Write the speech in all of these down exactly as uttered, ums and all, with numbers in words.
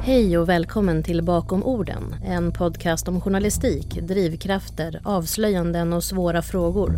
Hej och välkommen till Bakom orden, en podcast om journalistik, drivkrafter, avslöjanden och svåra frågor.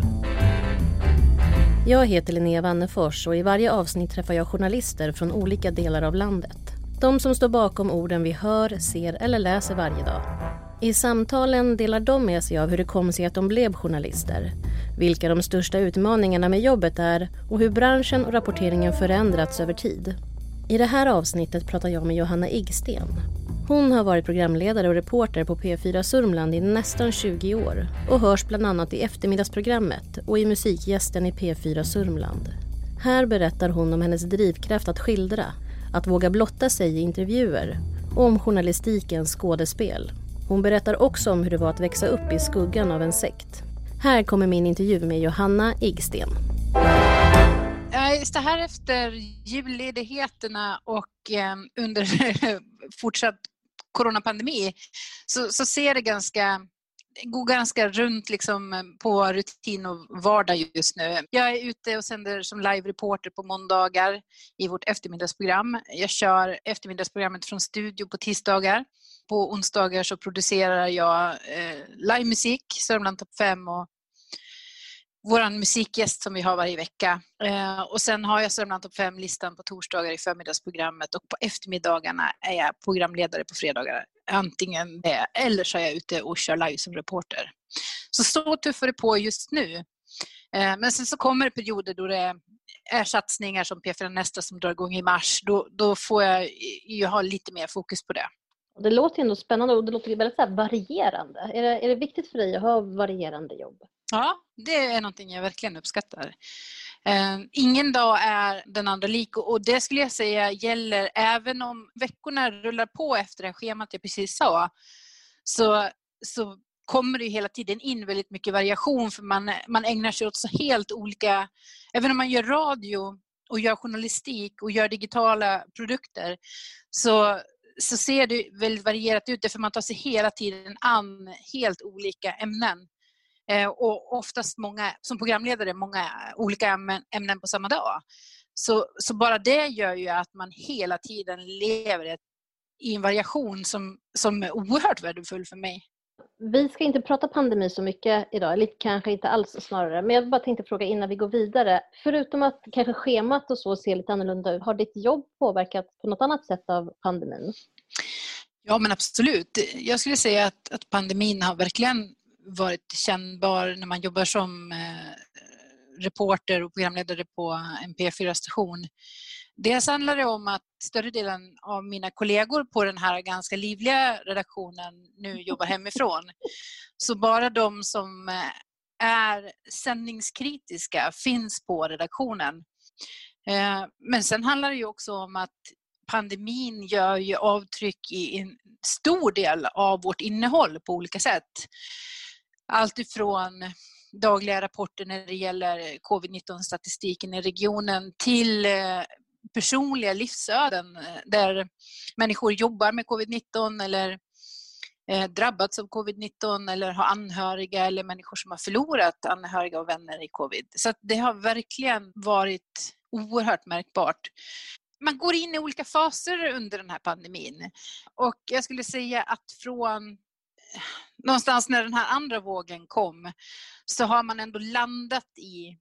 Jag heter Linnea Wannefors och i varje avsnitt träffar jag journalister från olika delar av landet. De som står bakom orden vi hör, ser eller läser varje dag. I samtalen delar de med sig av hur det kom sig att de blev journalister, vilka de största utmaningarna med jobbet är och hur branschen och rapporteringen förändrats över tid. I det här avsnittet pratar jag med Johanna Igsten. Hon har varit programledare och reporter på P fyra Sörmland i nästan tjugo år och hörs bland annat i eftermiddagsprogrammet och i musikgästen i P fyra Sörmland. Här berättar hon om hennes drivkraft att skildra, att våga blotta sig i intervjuer och om journalistikens skådespel. Hon berättar också om hur det var att växa upp i skuggan av en sekt. Här kommer min intervju med Johanna Igsten. Just det här efter julledigheterna och eh, under fortsatt coronapandemi så, så ser det ganska, går ganska runt liksom på rutin och vardag just nu. Jag är ute och sänder som live-reporter på måndagar i vårt eftermiddagsprogram. Jag kör eftermiddagsprogrammet från studio på tisdagar. På onsdagar så producerar jag eh, livemusik, Sörmland Topp fem och våran musikgäst som vi har varje vecka. Eh, och sen har jag Sörmland Topp fem-listan på torsdagar i förmiddagsprogrammet. Och på eftermiddagarna är jag programledare på fredagar. Antingen det eller så är jag ute och kör live som reporter. Så så tuffar det på just nu. Eh, men sen så kommer det perioder då det är satsningar som P fyra Nästa som drar igång i mars. Då, då får jag ju ha lite mer fokus på det. Det låter ändå spännande och det låter väldigt så här varierande. Är det, är det viktigt för dig att ha varierande jobb? Ja, det är någonting jag verkligen uppskattar. Uh, ingen dag är den andra lik och det skulle jag säga gäller även om veckorna rullar på efter det schemat jag precis sa. Så, så kommer det hela tiden in väldigt mycket variation för man, man ägnar sig åt så helt olika, även om man gör radio och gör journalistik och gör digitala produkter så så ser det väldigt varierat ut för man tar sig hela tiden an helt olika ämnen. Eh, och oftast många, som programledare, många olika ämnen, ämnen på samma dag. Så, så bara det gör ju att man hela tiden lever ett, i en variation som, som är oerhört värdefull för mig. Vi ska inte prata pandemi så mycket idag, eller kanske inte alls snarare. Men jag bara tänkte fråga innan vi går vidare. Förutom att kanske schemat och så ser lite annorlunda ut, har ditt jobb påverkat på något annat sätt av pandemin? Ja men absolut. Jag skulle säga att, att pandemin har verkligen varit kännbar när man jobbar som eh, reporter och programledare på en P fyra-station. Dels handlar det om att större delen av mina kollegor på den här ganska livliga redaktionen nu jobbar hemifrån. Så bara de som är sändningskritiska finns på redaktionen. Eh, men sen handlar det ju också om att pandemin gör ju avtryck i en stor del av vårt innehåll på olika sätt. Allt ifrån dagliga rapporter när det gäller covid nitton-statistiken i regionen till personliga livsöden där människor jobbar med covid nitton eller drabbats av covid nitton eller har anhöriga eller människor som har förlorat anhöriga och vänner i covid. Så att det har verkligen varit oerhört märkbart. Man går in i olika faser under den här pandemin och jag skulle säga att från någonstans när den här andra vågen kom så har man ändå landat i,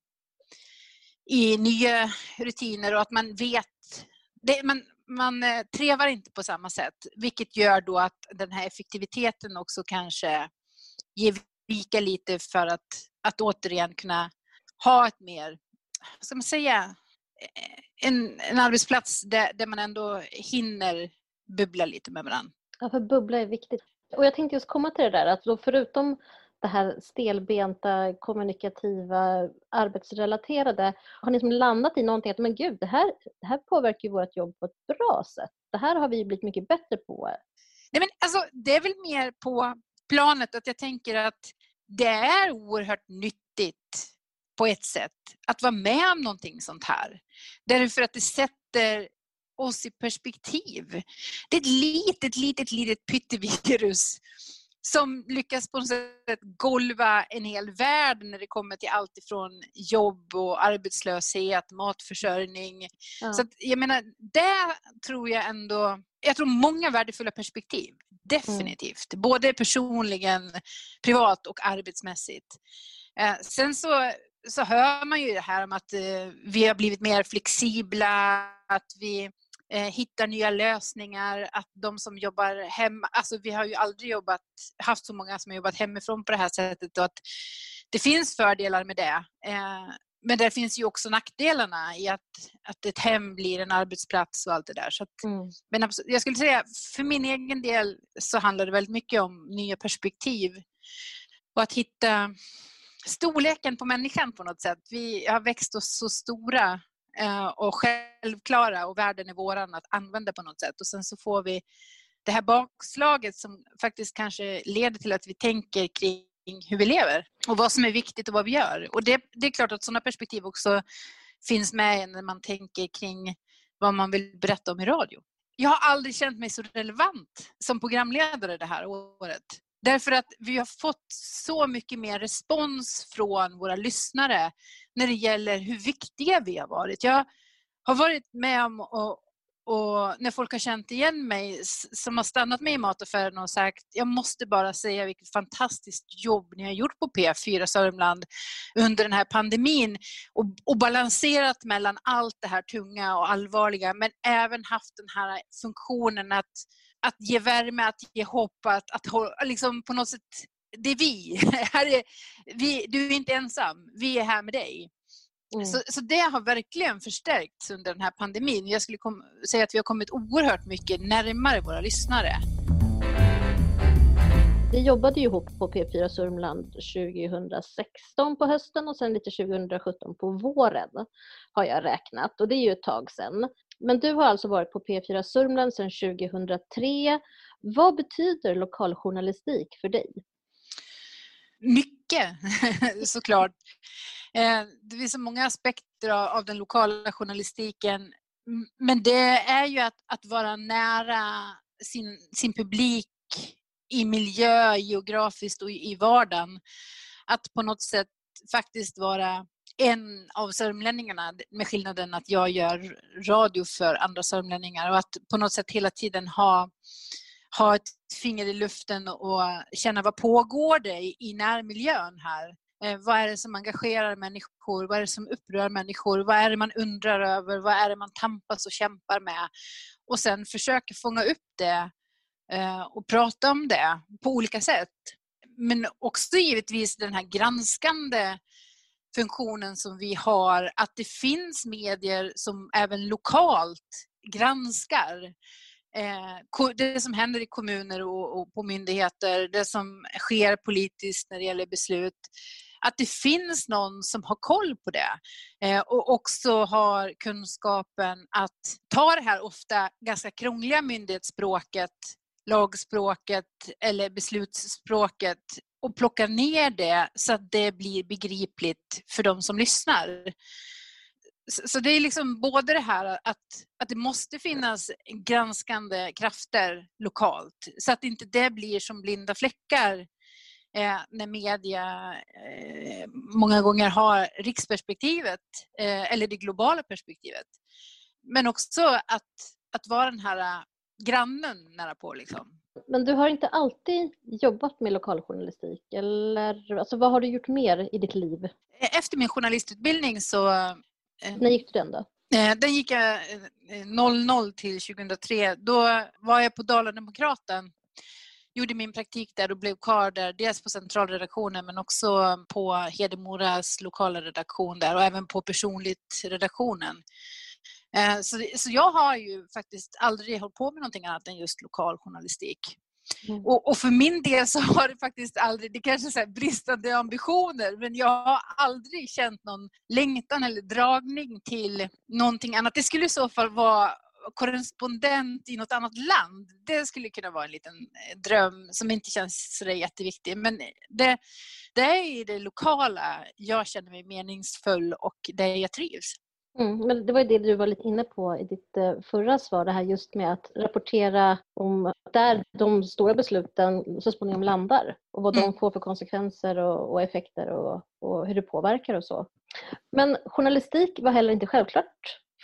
i nya rutiner och att man vet, det, man, man trevar inte på samma sätt vilket gör då att den här effektiviteten också kanske ger vika lite för att, att återigen kunna ha ett mer, vad ska man säga, En, en arbetsplats där, där man ändå hinner bubbla lite med varandra. Ja, för bubbla är viktigt. Och jag tänkte just komma till det där, att då förutom det här stelbenta, kommunikativa, arbetsrelaterade, har ni som landat i någonting att men gud, det här, det här påverkar ju vårt jobb på ett bra sätt. Det här har vi ju blivit mycket bättre på. Nej, men alltså, det är väl mer på planet att jag tänker att det är oerhört nyttigt på ett sätt att vara med om någonting sånt här. Därför att det sätter oss i perspektiv. Det är ett litet, litet, litet pyttevirus som lyckas på något sätt golva en hel värld när det kommer till allt ifrån jobb och arbetslöshet, matförsörjning. Ja. Så att, jag menar, det tror jag ändå jag tror många värdefulla perspektiv. Definitivt. Mm. Både personligen, privat och arbetsmässigt. Eh, sen så, så hör man ju det här om att eh, vi har blivit mer flexibla, att vi eh, hittar nya lösningar, att de som jobbar hemma, alltså vi har ju aldrig jobbat, haft så många som har jobbat hemifrån på det här sättet, och att det finns fördelar med det. Eh, Men det finns ju också nackdelarna i att, att ett hem blir en arbetsplats och allt det där. Så att, mm. Men jag skulle säga, för min egen del så handlar det väldigt mycket om nya perspektiv. Och att hitta storleken på människan på något sätt. Vi har växt oss så stora eh, och självklara, och världen är våran att använda på något sätt. Och sen så får vi det här bakslaget som faktiskt kanske leder till att vi tänker kring hur vi lever och vad som är viktigt och vad vi gör. Och det, det är klart att sådana perspektiv också finns med när man tänker kring vad man vill berätta om i radio. Jag har aldrig känt mig så relevant som programledare det här året. Därför att vi har fått så mycket mer respons från våra lyssnare när det gäller hur viktiga vi har varit. Jag har varit med om och Och när folk har känt igen mig, som har stannat mig i mataffären och sagt, jag måste bara säga vilket fantastiskt jobb ni har gjort på P fyra Sörmland under den här pandemin, och, och balanserat mellan allt det här tunga och allvarliga, men även haft den här funktionen att, att ge värme, att ge hopp, att, att liksom på något sätt, det är vi. Här är, vi, du är inte ensam, vi är här med dig. Mm. Så, så det har verkligen förstärkts under den här pandemin. Jag skulle kom, säga att vi har kommit oerhört mycket närmare våra lyssnare. Vi jobbade ju ihop på P fyra Sörmland tjugohundrasexton på hösten och sen lite tjugohundrasjutton på våren har jag räknat. Och det är ju ett tag sedan. Men du har alltså varit på P fyra Sörmland sedan tjugohundratre. Vad betyder lokaljournalistik för dig? Mycket, såklart. Det finns så många aspekter av den lokala journalistiken. Men det är ju att, att vara nära sin, sin publik i miljö, geografiskt och i vardagen. Att på något sätt faktiskt vara en av sörmlänningarna, med skillnaden att jag gör radio för andra sörmlänningar. Och att på något sätt hela tiden ha, ha ett finger i luften och känna vad pågår det i, i närmiljön här. Eh, vad är det som engagerar människor? Vad är det som upprör människor? Vad är det man undrar över? Vad är det man tampas och kämpar med? Och sen försöka fånga upp det eh, och prata om det på olika sätt. Men också givetvis den här granskande funktionen som vi har. Att det finns medier som även lokalt granskar det som händer i kommuner och på myndigheter, det som sker politiskt när det gäller beslut, att det finns någon som har koll på det och också har kunskapen att ta det här ofta ganska krångliga myndighetsspråket, lagspråket eller beslutsspråket och plocka ner det så att det blir begripligt för de som lyssnar. Så det är liksom både det här att, att det måste finnas granskande krafter lokalt. Så att inte det blir som blinda fläckar eh, när media eh, många gånger har riksperspektivet eh, eller det globala perspektivet. Men också att, att vara den här grannen nära på liksom. Men du har inte alltid jobbat med lokaljournalistik, eller alltså, vad har du gjort mer i ditt liv? Efter min journalistutbildning så... När gick du den då? Den gick jag noll noll till tjugohundratre. Då var jag på Dala-Demokraten. Gjorde min praktik där och blev kvar där. Dels på centralredaktionen men också på Hedemoras lokala redaktion där. Och även på personligt redaktionen. Så, så jag har ju faktiskt aldrig hållit på med någonting annat än just lokaljournalistik. Mm. Och, och för min del så har det faktiskt aldrig, det kanske är så här bristande ambitioner, men jag har aldrig känt någon längtan eller dragning till någonting annat. Det skulle i så fall vara korrespondent i något annat land. Det skulle kunna vara en liten dröm som inte känns så där jätteviktig. Men det, det är i det lokala jag känner mig meningsfull och där jag trivs. Mm, men det var ju det du var lite inne på i ditt eh, förra svar, det här just med att rapportera om där de stora besluten så småningom landar och vad mm. de får för konsekvenser och, och effekter och, och hur det påverkar och så. Men journalistik var heller inte självklart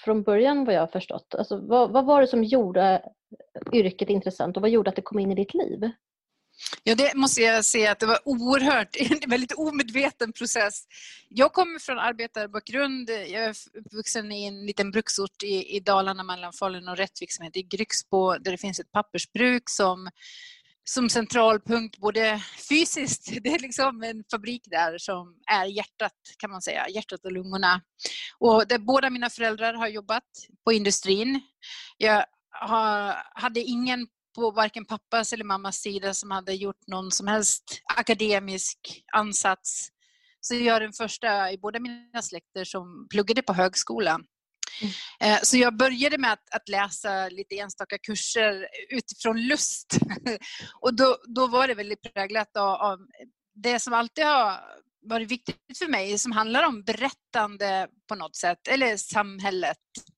från början vad jag har förstått. Alltså, vad, vad var det som gjorde yrket intressant och vad gjorde att det kom in i ditt liv? Ja, det måste jag säga att det var oerhört, en väldigt omedveten process. Jag kommer från arbetarbakgrund. Jag är uppvuxen i en liten bruksort i, i Dalarna mellan Falun och Rättvik som heter Grycksbo, där det finns ett pappersbruk som, som centralpunkt både fysiskt, det är liksom en fabrik där som är hjärtat kan man säga, hjärtat och lungorna. Och där båda mina föräldrar har jobbat på industrin. Jag har, hade ingen på varken pappas eller mammas sida som hade gjort någon som helst akademisk ansats. Så jag är den första i båda mina släkter som pluggade på högskolan. Mm. Så jag började med att, att läsa lite enstaka kurser utifrån lust. Och då, då var det väldigt präglat av, av det som alltid har varit viktigt för mig, som handlar om berättande på något sätt, eller samhället.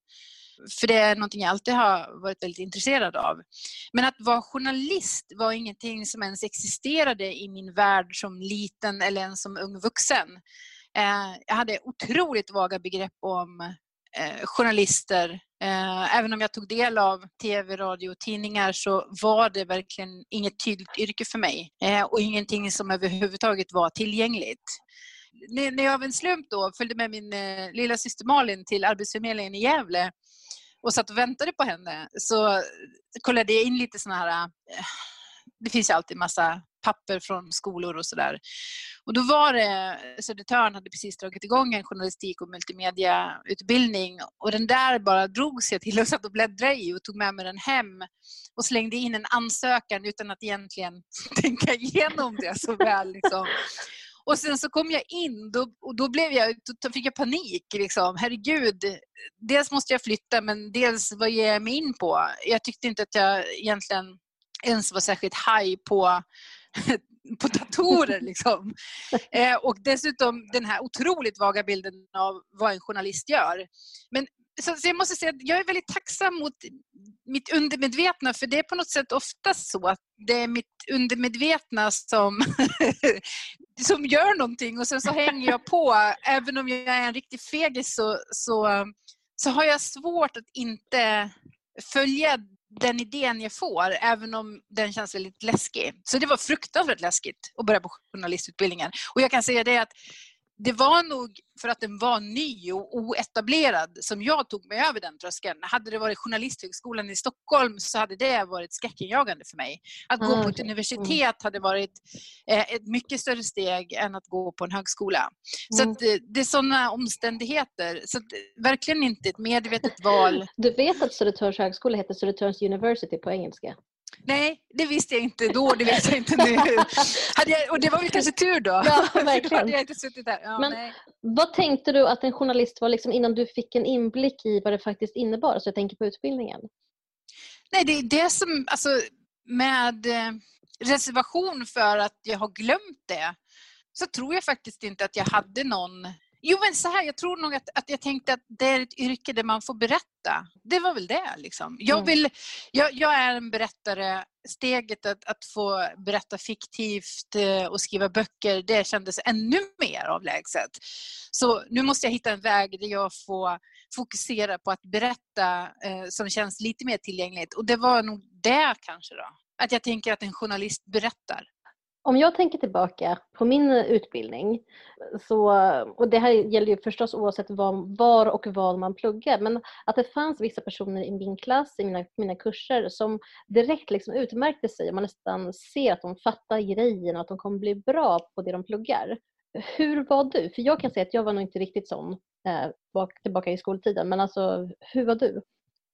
För det är någonting jag alltid har varit väldigt intresserad av. Men att vara journalist var ingenting som ens existerade i min värld som liten eller ens som ung vuxen. Eh, jag hade otroligt vaga begrepp om eh, journalister. Eh, även om jag tog del av tv, radio och tidningar så var det verkligen inget tydligt yrke för mig. Eh, och ingenting som överhuvudtaget var tillgängligt. När jag av en slump då följde med min eh, lilla syster Malin till Arbetsförmedlingen i Gävle och satt och väntade på henne, så kollade jag in lite såna här, eh, det finns ju alltid massa papper från skolor och sådär. Och då var det, Södertörn hade precis dragit igång en journalistik- och multimediautbildning, och den där bara drogs jag till och satt och bläddrade i och tog med mig den hem och slängde in en ansökan utan att egentligen tänka igenom det så väl liksom. Och sen så kom jag in då, och då, blev jag, då fick jag panik. Liksom. Herregud, dels måste jag flytta, men dels vad ger jag mig in på? Jag tyckte inte att jag egentligen ens var särskilt high på, på datorer. Liksom. Eh, och dessutom den här otroligt vaga bilden av vad en journalist gör. Men Så, så jag måste säga att jag är väldigt tacksam mot mitt undermedvetna, för det är på något sätt oftast så att det är mitt undermedvetna som, som gör någonting, och sen så hänger jag på. Även om jag är en riktig fegis så, så, så har jag svårt att inte följa den idén jag får, även om den känns väldigt läskig. Så det var fruktansvärt läskigt att börja på journalistutbildningen. Och jag kan säga det att det var nog för att den var ny och oetablerad som jag tog mig över den tröskeln. Hade det varit Journalisthögskolan i Stockholm så hade det varit skräckinjagande för mig. Att gå på ett universitet hade varit eh, ett mycket större steg än att gå på en högskola. Så att, eh, det är sådana omständigheter. Så att, verkligen inte ett medvetet val. Du vet att Södertörns högskola heter Södertörns University på engelska? Nej, det visste jag inte då, det vet jag inte nu. Hade jag, och det var väl kanske tur då. Ja, verkligen. hade jag inte suttit där. Ja, men nej. Vad tänkte du att en journalist var liksom innan du fick en inblick i vad det faktiskt innebar? Så jag tänker på utbildningen. Nej, det är det som, alltså med reservation för att jag har glömt det, så tror jag faktiskt inte att jag hade någon. Jo, men så här, jag tror nog att, att jag tänkte att det är ett yrke där man får berätta. Det var väl det liksom. Jag, vill, jag, jag är en berättare. Steget att, att få berätta fiktivt och skriva böcker, det kändes ännu mer avlägset. Så nu måste jag hitta en väg där jag får fokusera på att berätta eh, som känns lite mer tillgängligt. Och det var nog det kanske då. Att jag tänker att en journalist berättar. Om jag tänker tillbaka på min utbildning, så, och det här gäller ju förstås oavsett var, var och vad man pluggar, men att det fanns vissa personer i min klass, i mina, mina kurser, som direkt liksom utmärkte sig. Man nästan ser att de fattar grejen och att de kommer bli bra på det de pluggar. Hur var du? För jag kan säga att jag var nog inte riktigt sån eh, bak, tillbaka i skoltiden, men alltså, hur var du?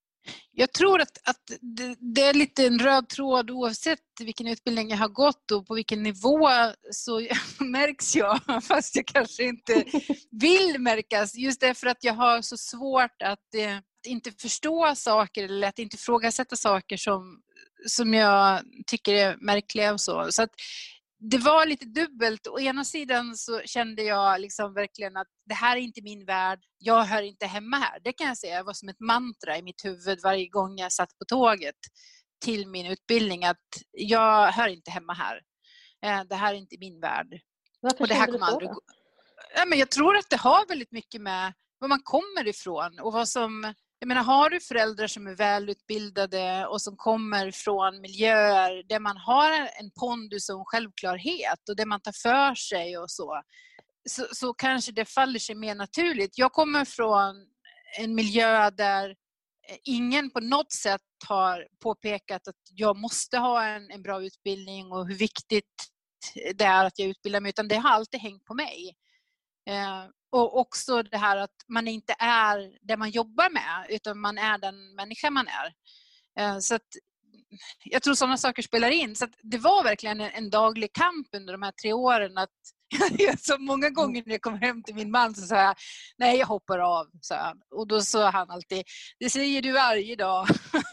Jag tror att, att det, det är lite en röd tråd oavsett vilken utbildning jag har gått och på vilken nivå, så märks jag, fast jag kanske inte vill märkas, just därför att jag har så svårt att, eh, att inte förstå saker eller att inte ifrågasätta saker som, som jag tycker är märkliga och så. Så att det var lite dubbelt. Å ena sidan så kände jag liksom verkligen att det här är inte min värld. Jag hör inte hemma här. Det kan jag säga. Det var som ett mantra i mitt huvud varje gång jag satt på tåget till min utbildning. Att jag hör inte hemma här. Det här är inte min värld. Varför och det här kände kommer du så aldrig... Ja, men jag tror att det har väldigt mycket med var man kommer ifrån och vad som... Jag menar, har du föräldrar som är välutbildade och som kommer från miljöer där man har en pondus och en självklarhet och där man tar för sig och så, så, så kanske det faller sig mer naturligt. Jag kommer från en miljö där ingen på något sätt har påpekat att jag måste ha en, en bra utbildning och hur viktigt det är att jag utbildar mig, utan det har alltid hängt på mig. Eh, och också det här att man inte är det man jobbar med, utan man är den människa man är. Eh, så att jag tror sådana saker spelar in. Så att det var verkligen en, en daglig kamp under de här tre åren. Att så många gånger när jag kom hem till min man så sa jag, nej jag hoppar av, sa han. Och då sa han alltid, det säger du varje dag.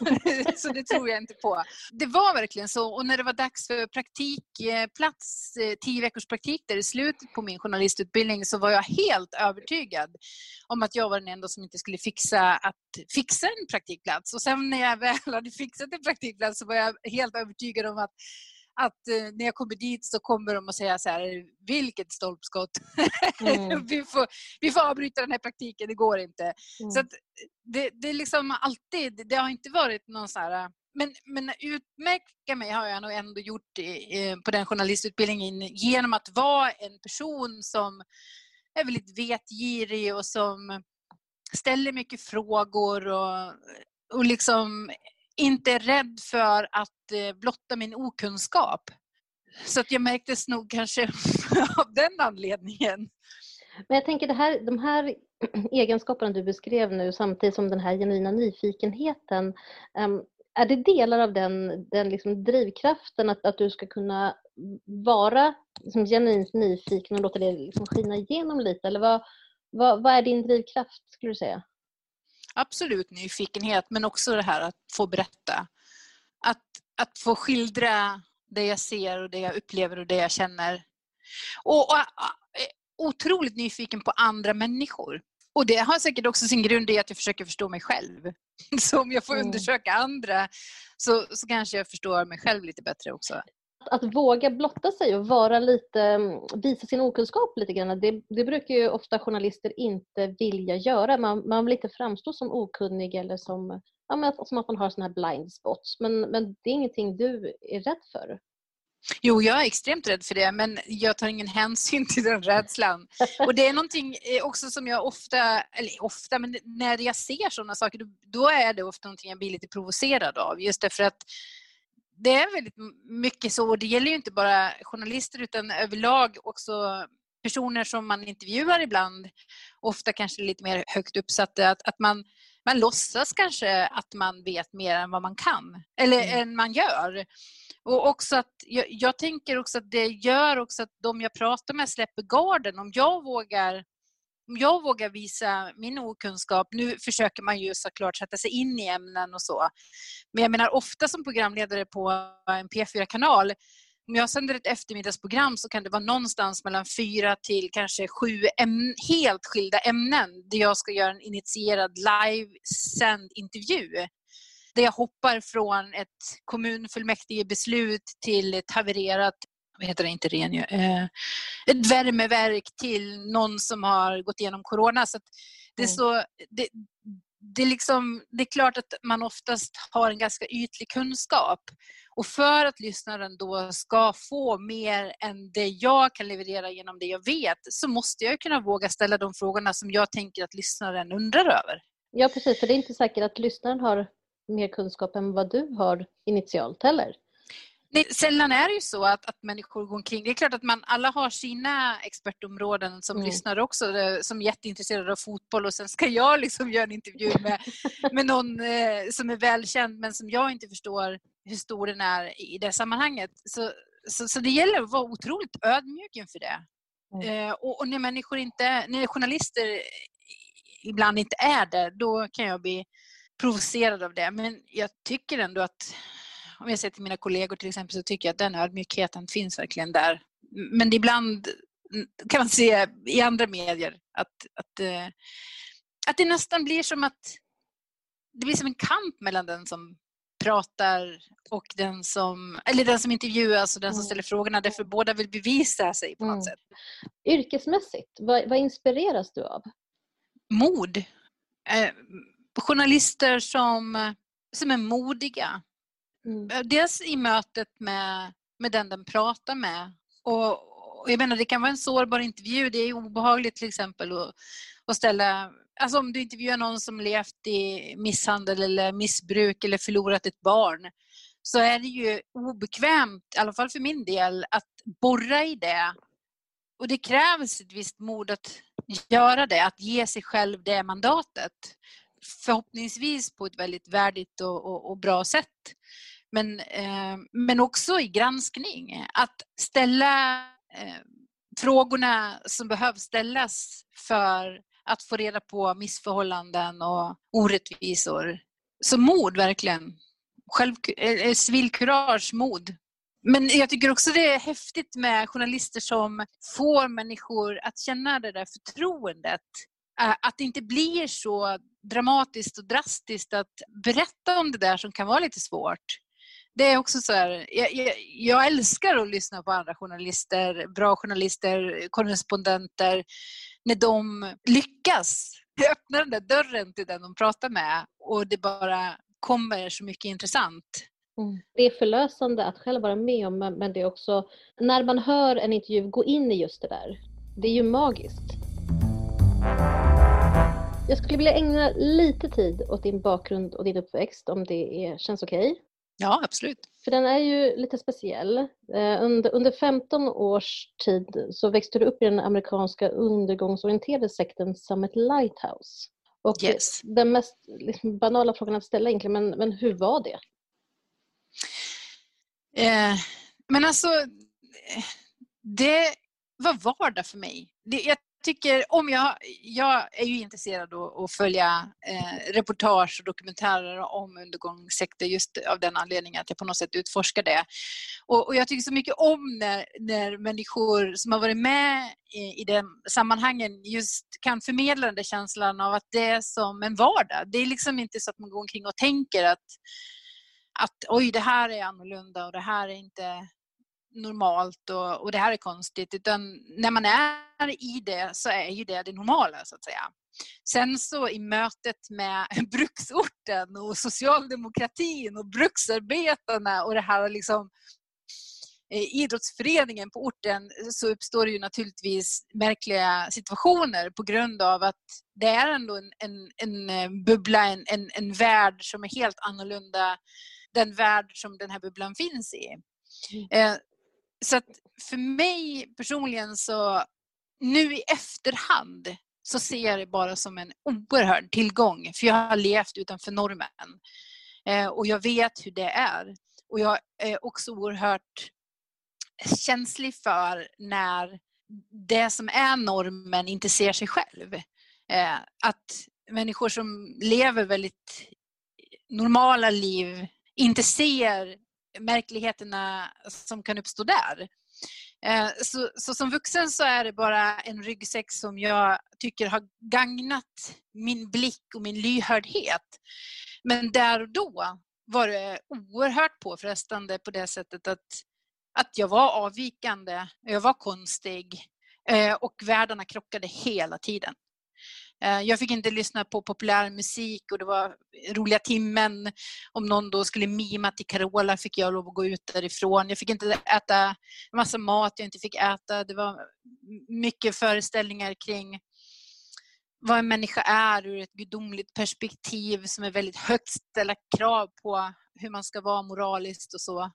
Så det tror jag inte på. Det var verkligen så. Och när det var dags för praktikplats, tio veckors praktik där i slutet på min journalistutbildning, så var jag helt övertygad om att jag var den enda som inte skulle fixa att fixa en praktikplats. Och sen när jag väl hade fixat en praktikplats så var jag helt övertygad om att att eh, när jag kommer dit så kommer de att säga så här, vilket stolpskott. Mm. vi, får, vi får avbryta den här praktiken, det går inte. Mm. Så att det, det är liksom alltid, det, det har inte varit någon så här, men, men utmärka mig har jag nog ändå gjort eh, på den journalistutbildningen genom att vara en person som är väldigt vetgirig och som ställer mycket frågor och, och liksom inte är rädd för att blotta min okunskap. Så att jag märktes nog kanske av den anledningen. Men jag tänker det här, de här egenskaperna du beskrev nu, samtidigt som den här genuina nyfikenheten, um, är det delar av den, den liksom drivkraften att, att du ska kunna vara liksom genuint nyfiken och låta det liksom skina igenom lite? Eller vad, vad, vad är din drivkraft, skulle du säga? Absolut nyfikenhet, men också det här att få berätta. Att, att få skildra det jag ser och det jag upplever och det jag känner. Och, och, och otroligt nyfiken på andra människor. Och det har säkert också sin grund i att jag försöker förstå mig själv. Så om jag får mm. undersöka andra så, så kanske jag förstår mig själv lite bättre också. Att, att våga blotta sig och vara lite, visa sin okunskap lite grann, det, det brukar ju ofta journalister inte vilja göra. Man, man vill inte framstå som okunnig eller som, ja, men att, som att man har såna här blind spots. Men, men det är ingenting du är rädd för. Jo, jag är extremt rädd för det, men jag tar ingen hänsyn till den rädslan. Och det är någonting också som jag ofta, eller ofta, men när jag ser sådana saker, då, då är det ofta någonting jag blir lite provocerad av. Just därför att det är väldigt mycket så, och det gäller ju inte bara journalister utan överlag också personer som man intervjuar ibland, ofta kanske lite mer högt uppsatta, att, att man, man låtsas kanske att man vet mer än vad man kan, eller mm. än man gör. Och också att, jag, jag tänker också att det gör också att de jag pratar med släpper garden. Om jag vågar Om jag vågar visa min okunskap, nu försöker man ju såklart sätta sig in i ämnen och så. Men jag menar ofta som programledare på en P fyra-kanal, om jag sänder ett eftermiddagsprogram så kan det vara någonstans mellan fyra till kanske sju ämnen, helt skilda ämnen. Där jag ska göra en initierad live-sänd intervju. Där jag hoppar från ett kommunfullmäktigebeslut till ett havererat, vad heter det, inte ren, eh, ett värmeverk till någon som har gått igenom corona. Så att det är så, det, det, är liksom, det är klart att man oftast har en ganska ytlig kunskap. Och för att lyssnaren då ska få mer än det jag kan leverera genom det jag vet, så måste jag kunna våga ställa de frågorna som jag tänker att lyssnaren undrar över. Ja, precis. För det är inte säkert att lyssnaren har mer kunskap än vad du har initialt heller. Nej, sällan är det ju så att, att människor går omkring. Det är klart att man alla har sina expertområden som mm. lyssnar också, som är jätteintresserade av fotboll, och sen ska jag liksom göra en intervju med, med någon eh, som är välkänd men som jag inte förstår hur stor den är i det sammanhanget. Så, så, så det gäller att vara otroligt ödmjuk inför det. Mm. Eh, och, och när människor inte, när journalister ibland inte är det, då kan jag bli provocerad av det. Men jag tycker ändå att, om jag säger till mina kollegor till exempel, så tycker jag att den ödmjukheten finns verkligen där. Men ibland kan man se i andra medier att, att, att det nästan blir som att det blir som en kamp mellan den som pratar och den som, eller den som intervjuas och den som ställer frågorna, därför båda vill bevisa sig på något mm. sätt. Yrkesmässigt, vad, vad inspireras du av? mod. Eh, journalister som, som är modiga. Mm. Dels i mötet med, med den den pratar med. Och, och jag menar, det kan vara en sårbar intervju. Det är obehagligt till exempel att, att ställa... Alltså om du intervjuar någon som levt i misshandel eller missbruk eller förlorat ett barn, så är det ju obekvämt, i alla fall för min del, att borra i det. Och det krävs ett visst mod att göra det, att ge sig själv det mandatet. Förhoppningsvis på ett väldigt värdigt och, och, och bra sätt. Men, eh, men också i granskning. Att ställa eh, frågorna som behövs ställas för att få reda på missförhållanden och orättvisor. Så mod verkligen. Själv, eh, civilkurage, mod. Men jag tycker också det är häftigt med journalister som får människor att känna det där förtroendet. Att det inte blir så dramatiskt och drastiskt att berätta om det där som kan vara lite svårt. Det är också så här, jag, jag, jag älskar att lyssna på andra journalister, bra journalister, korrespondenter, när de lyckas öppna den där dörren till den de pratar med och det bara kommer så mycket intressant. Mm. Det är förlösande att själv vara med om, men det är också när man hör en intervju gå in i just det där. Det är ju magiskt. Jag skulle vilja ägna lite tid åt din bakgrund och din uppväxt, om det är, känns okej. Okay. Ja, absolut. För den är ju lite speciell. Eh, under, under femton års tid så växte du upp i den amerikanska undergångsorienterade sekten Summit Lighthouse. Och yes. Den mest liksom, banala frågan att ställa egentligen, men, men hur var det? Eh, men alltså, det var vardag för mig. Det, jag tycker, om jag, jag är ju intresserad av att följa eh, reportage och dokumentärer om undergångssekter just av den anledningen att jag på något sätt utforskar det. Och, och jag tycker så mycket om när, när människor som har varit med i, i den sammanhangen just kan förmedla den där känslan av att det är som en vardag. Det är liksom inte så att man går omkring och tänker att att oj, det här är annorlunda och det här är inte normalt och, och det här är konstigt. Utan när man är i det så är ju det det normala, så att säga. Sen så i mötet med bruksorten och socialdemokratin och bruksarbetarna och det här liksom eh, idrottsföreningen på orten, så uppstår det ju naturligtvis märkliga situationer på grund av att det är ändå en, en, en bubbla, en, en, en värld som är helt annorlunda den värld som den här bubblan finns i. Mm. Eh, så att för mig personligen så nu i efterhand så ser jag det bara som en oerhörd tillgång. För jag har levt utanför normen. Eh, och jag vet hur det är. Och jag är också oerhört känslig för när det som är normen inte ser sig själv. Eh, att människor som lever väldigt normala liv inte ser märkligheterna som kan uppstå där. Så, så som vuxen så är det bara en ryggsäck som jag tycker har gagnat min blick och min lyhördhet. Men där och då var det oerhört påfrestande på det sättet att, att jag var avvikande, jag var konstig och världarna krockade hela tiden. Jag fick inte lyssna på populär musik och det var roliga timmen. Om någon då skulle mima till Carola fick jag lov att gå ut därifrån. Jag fick inte äta en massa mat jag inte fick äta. Det var mycket föreställningar kring vad en människa är ur ett gudomligt perspektiv som är väldigt högt ställa krav på hur man ska vara moraliskt och så.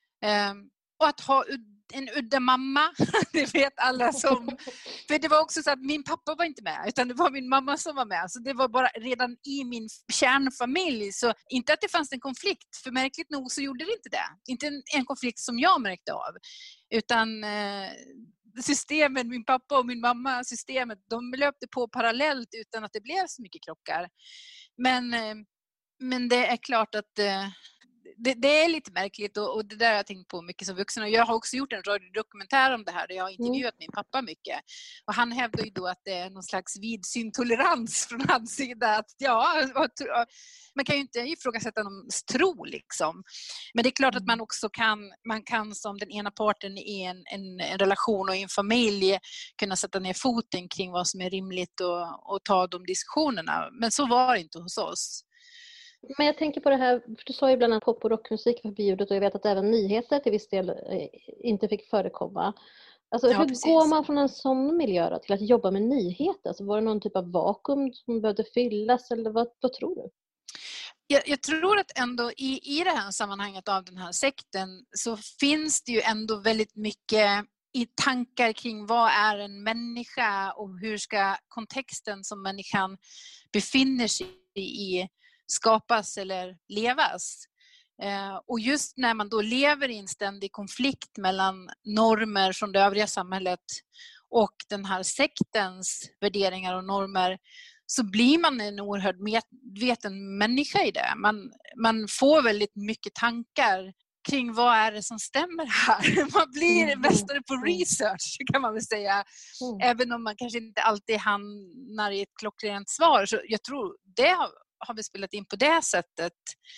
Och att ha en udda mamma, det vet alla som... För det var också så att min pappa var inte med, utan det var min mamma som var med. Så det var bara redan i min kärnfamilj. Så inte att det fanns en konflikt, för märkligt nog så gjorde det inte det. Inte en, en konflikt som jag märkte av. Utan eh, systemen, min pappa och min mamma, systemet, de löpte på parallellt utan att det blev så mycket krockar. Men, eh, men det är klart att... Eh, det, det är lite märkligt och, och det där har jag tänkt på mycket som vuxen. Och jag har också gjort en radiodokumentär om det här där jag har intervjuat mm. min pappa mycket. Och han hävdar ju då att det är någon slags vidsyn tolerans från hans sida. Att, ja, man kan ju inte ifrågasätta någons tro liksom. Men det är klart att man också kan, man kan som den ena parten i en, en, en relation och i en familj kunna sätta ner foten kring vad som är rimligt och, och ta de diskussionerna. Men så var det inte hos oss. Men jag tänker på det här, för du sa ju bland annat pop- och rockmusik var förbjudet och jag vet att även nyheter till viss del inte fick förekomma. Alltså, ja, hur precis. Går man från en sån miljö till att jobba med nyheter? Alltså, var det någon typ av vakuum som behövde fyllas eller vad, vad tror du? Jag, jag tror att ändå i, i det här sammanhanget av den här sekten så finns det ju ändå väldigt mycket i tankar kring vad är en människa och hur ska kontexten som människan befinner sig i skapas eller levas. Eh, och just när man då lever i en ständig konflikt mellan normer från det övriga samhället och den här sektens värderingar och normer så blir man en oerhört medveten människa i det. Man, man får väldigt mycket tankar kring vad är det som stämmer här. Man blir mästare på research kan man väl säga. Mm. Även om man kanske inte alltid hamnar i ett klockrent svar. Så jag tror det har, har vi spelat in på det sättet.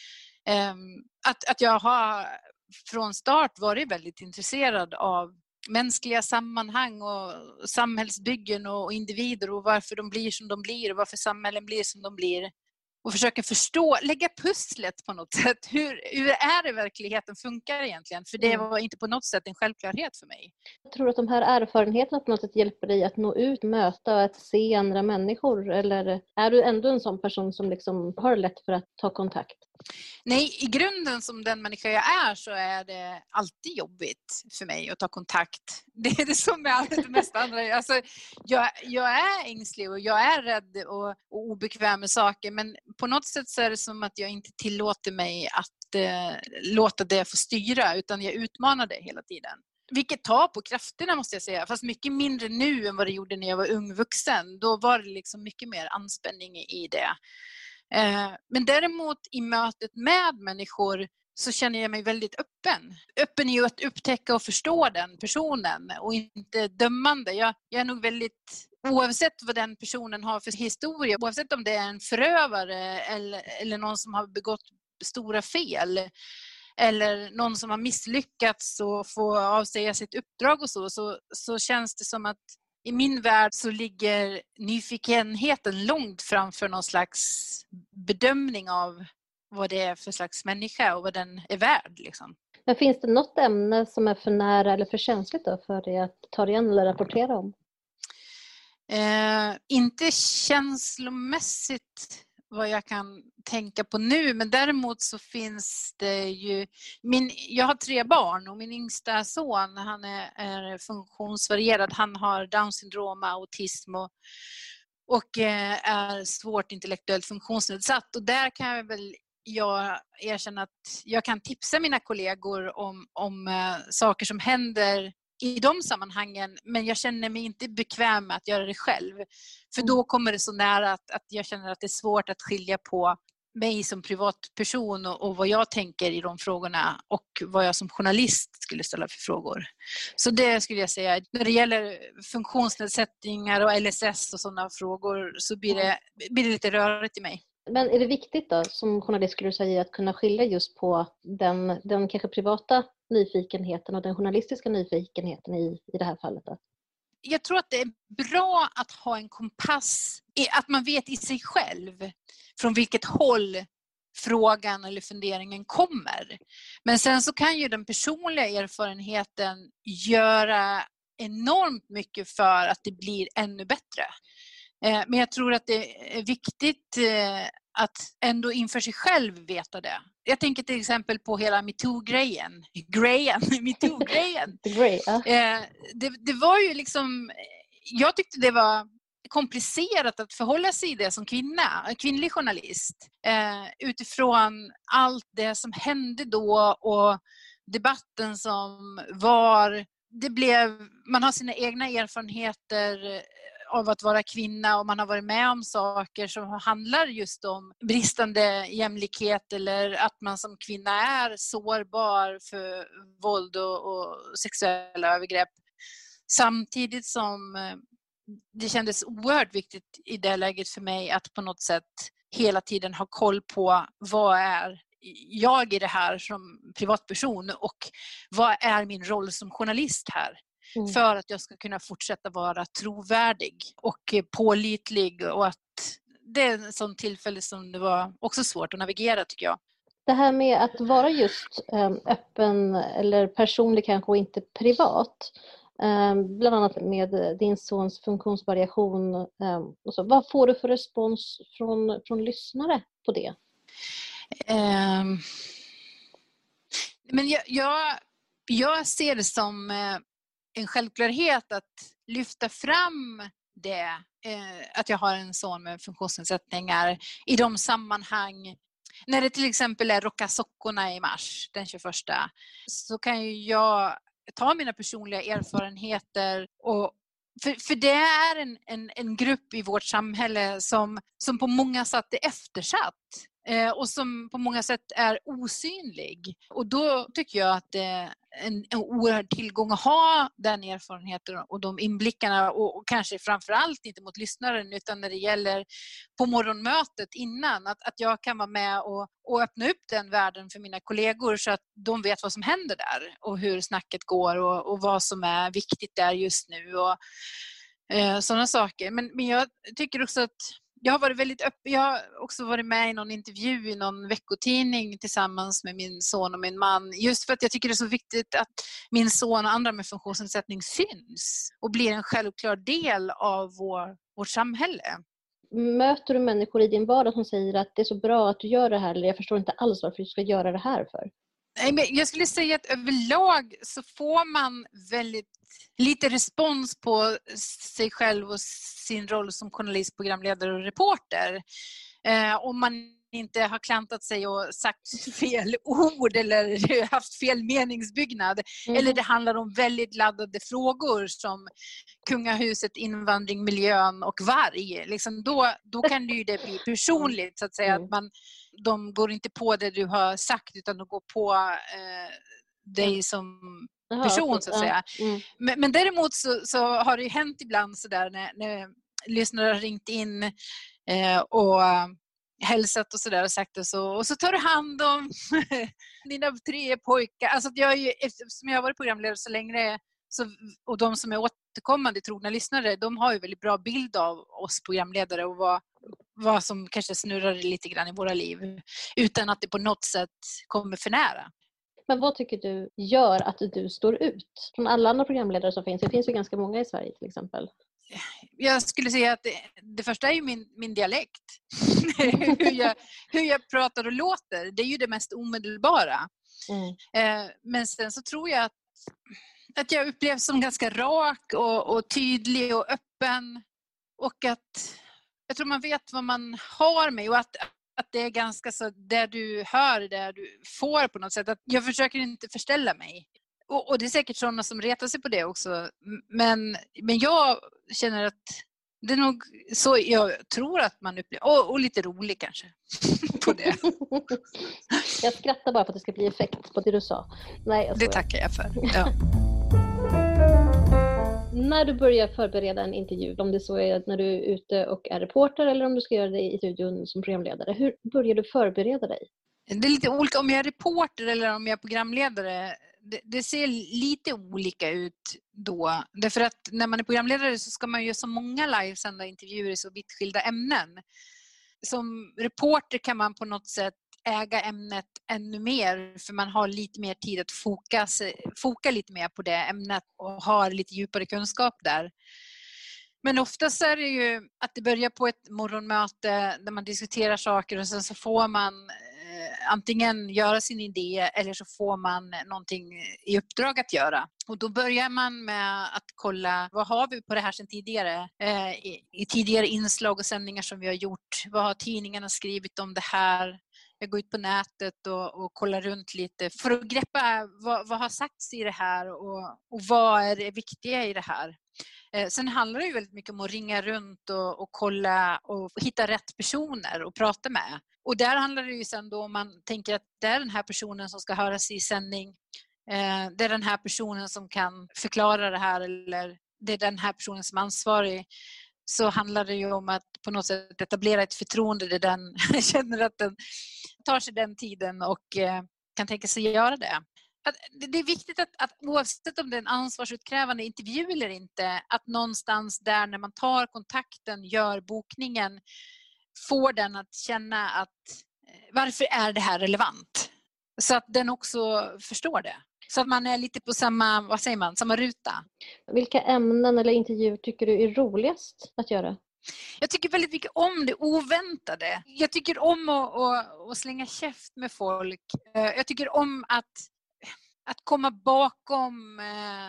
Um, att, att jag har från start varit väldigt intresserad av mänskliga sammanhang och samhällsbyggen och individer och varför de blir som de blir och varför samhällen blir som de blir. Och försöka förstå, lägga pusslet på något sätt. Hur, hur är det verkligheten funkar egentligen? För det var inte på något sätt en självklarhet för mig. Jag tror att de här erfarenheterna på något sätt hjälper dig att nå ut, möta och att se andra människor. Eller är du ändå en sån person som liksom har lätt för att ta kontakt? Nej, i grunden som den människa jag är så är det alltid jobbigt för mig att ta kontakt. Det är det som är allt det mest andra. Alltså, jag, jag är ängslig och jag är rädd och, och obekväm med saker. Men på något sätt så är det som att jag inte tillåter mig att eh, låta det få styra. Utan jag utmanar det hela tiden. Vilket tar på krafterna måste jag säga. Fast mycket mindre nu än vad det gjorde när jag var ung vuxen. Då var det liksom mycket mer anspänning i det. Men däremot i mötet med människor så känner jag mig väldigt öppen. Öppen i att upptäcka och förstå den personen och inte dömande. Jag, jag är nog väldigt, oavsett vad den personen har för historia, oavsett om det är en förövare eller, eller någon som har begått stora fel eller någon som har misslyckats och får avsäga sitt uppdrag och så, så, så känns det som att i min värld så ligger nyfikenheten långt framför någon slags bedömning av vad det är för slags människa och vad den är värd. Liksom. Men finns det något ämne som är för nära eller för känsligt då för dig att ta igen eller rapportera om? Eh, inte känslomässigt vad jag kan tänka på nu, men däremot så finns det ju min, jag har tre barn och min yngsta son, han är, är funktionsvarierad, han har Down syndrom, autism och, och är svårt intellektuellt funktionsnedsatt och där kan jag väl jag erkänna att jag kan tipsa mina kollegor om, om uh, saker som händer i de sammanhangen, men jag känner mig inte bekväm med att göra det själv. För då kommer det så nära att, att jag känner att det är svårt att skilja på mig som privatperson och, och vad jag tänker i de frågorna och vad jag som journalist skulle ställa för frågor. Så det skulle jag säga. När det gäller funktionsnedsättningar och L S S och sådana frågor så blir det, blir det lite rörigt i mig. Men är det viktigt då, som journalist skulle du säga, att kunna skilja just på den, den kanske privata nyfikenheten och den journalistiska nyfikenheten i, i det här fallet då? Jag tror att det är bra att ha en kompass, att man vet i sig själv från vilket håll frågan eller funderingen kommer. Men sen så kan ju den personliga erfarenheten göra enormt mycket för att det blir ännu bättre. Men jag tror att det är viktigt att ändå inför sig själv veta det. Jag tänker till exempel på hela MeToo-grejen. Grejen, MeToo-grejen. det, det var ju liksom, jag tyckte det var komplicerat att förhålla sig i det som kvinna, kvinnlig journalist. Utifrån allt det som hände då och debatten som var. Det blev, man har sina egna erfarenheter av att vara kvinna och man har varit med om saker som handlar just om bristande jämlikhet eller att man som kvinna är sårbar för våld och, och sexuella övergrepp. Samtidigt som det kändes oerhört viktigt i det läget för mig att på något sätt hela tiden ha koll på vad är jag i det här som privatperson och vad är min roll som journalist här. Mm. För att jag ska kunna fortsätta vara trovärdig och pålitlig, och att det är en sån tillfälle som det var också svårt att navigera, tycker jag. Det här med att vara just öppen eller personlig kanske och inte privat, bland annat med din sons funktionsvariation och så. Vad får du för respons från, från lyssnare på det? Um, men jag, jag, jag ser det som en självklarhet att lyfta fram det, eh, att jag har en son med funktionsnedsättningar i de sammanhang. När det till exempel är Rocka sockorna i mars den tjugoförsta, så kan ju jag ta mina personliga erfarenheter och För, för det är en, en, en grupp i vårt samhälle som, som på många sätt är eftersatt eh, och som på många sätt är osynlig. Och då tycker jag att det är en, en oerhörd tillgång att ha den erfarenheten och de inblickarna, och, och kanske framförallt inte mot lyssnaren utan när det gäller på morgonmötet innan, att, att jag kan vara med och, och öppna upp den världen för mina kollegor så att de vet vad som händer där och hur snacket går och, och vad som är viktigt där just nu och eh, sådana saker. Men, men jag tycker också att jag har varit väldigt öppen. Jag har också varit med i någon intervju i någon veckotidning tillsammans med min son och min man. Just för att jag tycker det är så viktigt att min son och andra med funktionsnedsättning syns och blir en självklar del av vår, vårt samhälle. Möter du människor i din vardag som säger att det är så bra att du gör det här, eller jag förstår inte alls varför du ska göra det här för? Nej, men jag skulle säga att överlag så får man väldigt lite respons på sig själv och sin roll som journalist, programledare och reporter. Eh, om man inte har klantat sig och sagt fel ord eller haft fel meningsbyggnad. Mm. Eller det handlar om väldigt laddade frågor som kungahuset, invandring, miljön och varg. Liksom då, då kan det ju det bli personligt så att säga. Mm. Att man, de går inte på det du har sagt utan de går på eh, dig som person. Aha, så att säga. Mm. Men, men däremot så, så har det ju hänt ibland så där när, när lyssnare har ringt in eh, och hälsat och sådär och sagt det så. Och så tar du hand om dina tre pojkar. Alltså jag är ju, eftersom jag har varit programledare så länge så, och de som är återkommande trogna lyssnare, de har ju väldigt bra bild av oss programledare och vad, vad som kanske snurrar lite grann i våra liv utan att det på något sätt kommer för nära. Men vad tycker du gör att du står ut från alla andra programledare som finns? Det finns ju ganska många i Sverige till exempel. Jag skulle säga att det, det första är ju min, min dialekt. hur, jag, hur jag pratar och låter. Det är ju det mest omedelbara. Mm. Eh, men sen så tror jag att, att jag upplevs som ganska rak och, och tydlig och öppen. Och att jag tror man vet vad man har med. Och att, att det är ganska så där du hör, där du får på något sätt. Att jag försöker inte förställa mig. Och, och det är säkert sådana som retar sig på det också. Men, men jag känner att det är nog så jag tror att man upplever. Och, och lite rolig kanske på det. Jag skrattar bara för att det ska bli effekt på det du sa. Nej, jag det tackar jag för. Ja. När du börjar förbereda en intervju, om det så är när du är ute och är reporter eller om du ska göra det i studion som programledare, hur börjar du förbereda dig? Det är lite olika om jag är reporter eller om jag är programledare. Det, det ser lite olika ut då. Därför att när man är programledare så ska man ju så många livesända intervjuer i så vitt skilda ämnen. Som reporter kan man på något sätt äga ämnet ännu mer för man har lite mer tid att foka, foka lite mer på det ämnet och har lite djupare kunskap där. Men oftast är det ju att det börjar på ett morgonmöte där man diskuterar saker och sen så får man eh, antingen göra sin idé eller så får man någonting i uppdrag att göra. Och då börjar man med att kolla vad har vi på det här sedan tidigare eh, i, i tidigare inslag och sändningar som vi har gjort. Vad har tidningarna skrivit om det här? Jag går ut på nätet och, och kollar runt lite för att greppa vad, vad har sagts i det här och, och vad är det viktiga i det här. Eh, sen handlar det ju väldigt mycket om att ringa runt och, och kolla och hitta rätt personer och prata med. Och där handlar det ju sen då om man tänker att det är den här personen som ska höras i sändning. Eh, det är den här personen som kan förklara det här, eller det är den här personen som är ansvarig. Så handlar det ju om att på något sätt etablera ett förtroende där den känner att den tar sig den tiden och eh, kan tänka sig göra det. Att det är viktigt att, att oavsett om det är en ansvarsutkrävande intervju eller inte, att någonstans där när man tar kontakten, gör bokningen, får den att känna att varför är det här relevant? Så att den också förstår det. Så att man är lite på samma, vad säger man, samma ruta. Vilka ämnen eller intervjuer tycker du är roligast att göra? Jag tycker väldigt mycket om det oväntade. Jag tycker om att, att, att slänga käft med folk. Jag tycker om att, att komma bakom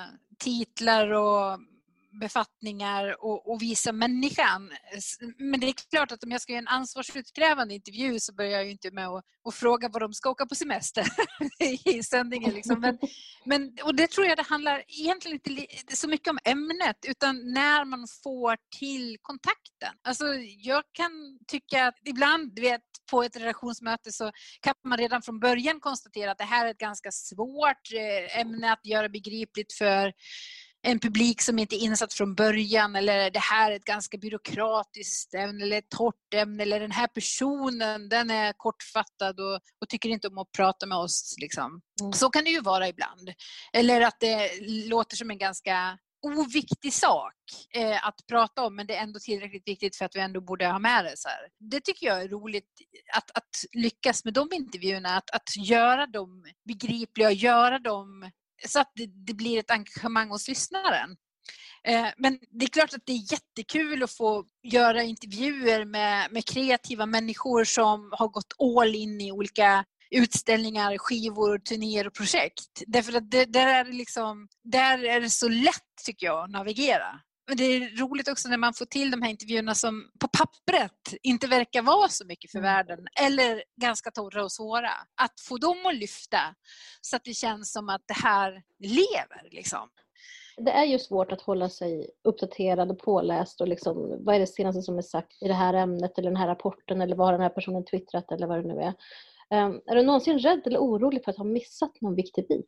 titlar och befattningar och, och visa människan. Men det är klart att om jag ska göra en ansvarsutkrävande intervju så börjar jag ju inte med att, att fråga vad de ska åka på semester i sändningen. Liksom. Men, men, och det tror jag det handlar egentligen inte så mycket om ämnet, utan när man får till kontakten. Alltså jag kan tycka att ibland, du vet, på ett redaktionsmöte så kan man redan från början konstatera att det här är ett ganska svårt ämne att göra begripligt för en publik som inte är insatt från början, eller det här är ett ganska byråkratiskt ämne eller ett torrt ämne, eller den här personen den är kortfattad och, och tycker inte om att prata med oss. Liksom. Mm. Så kan det ju vara ibland. Eller att det låter som en ganska oviktig sak eh, att prata om, men det är ändå tillräckligt viktigt för att vi ändå borde ha med det. Så här. Det tycker jag är roligt att, att lyckas med de intervjuerna, att, att göra dem begripliga, göra dem så att det, det blir ett engagemang hos lyssnaren. Eh, men det är klart att det är jättekul att få göra intervjuer med, med kreativa människor som har gått all in i olika utställningar, skivor, turnéer och projekt. Därför att det, där, är det liksom, där är det så lätt, tycker jag, att navigera. Men det är roligt också när man får till de här intervjuerna som på pappret inte verkar vara så mycket för världen, eller ganska torra och svåra. Att få dem att lyfta så att det känns som att det här lever. Liksom. Det är ju svårt att hålla sig uppdaterad och påläst och liksom, vad är det senaste som är sagt i det här ämnet eller den här rapporten, eller vad har den här personen twittrat eller vad det nu är. Um, är du någonsin rädd eller orolig för att ha missat någon viktig bit?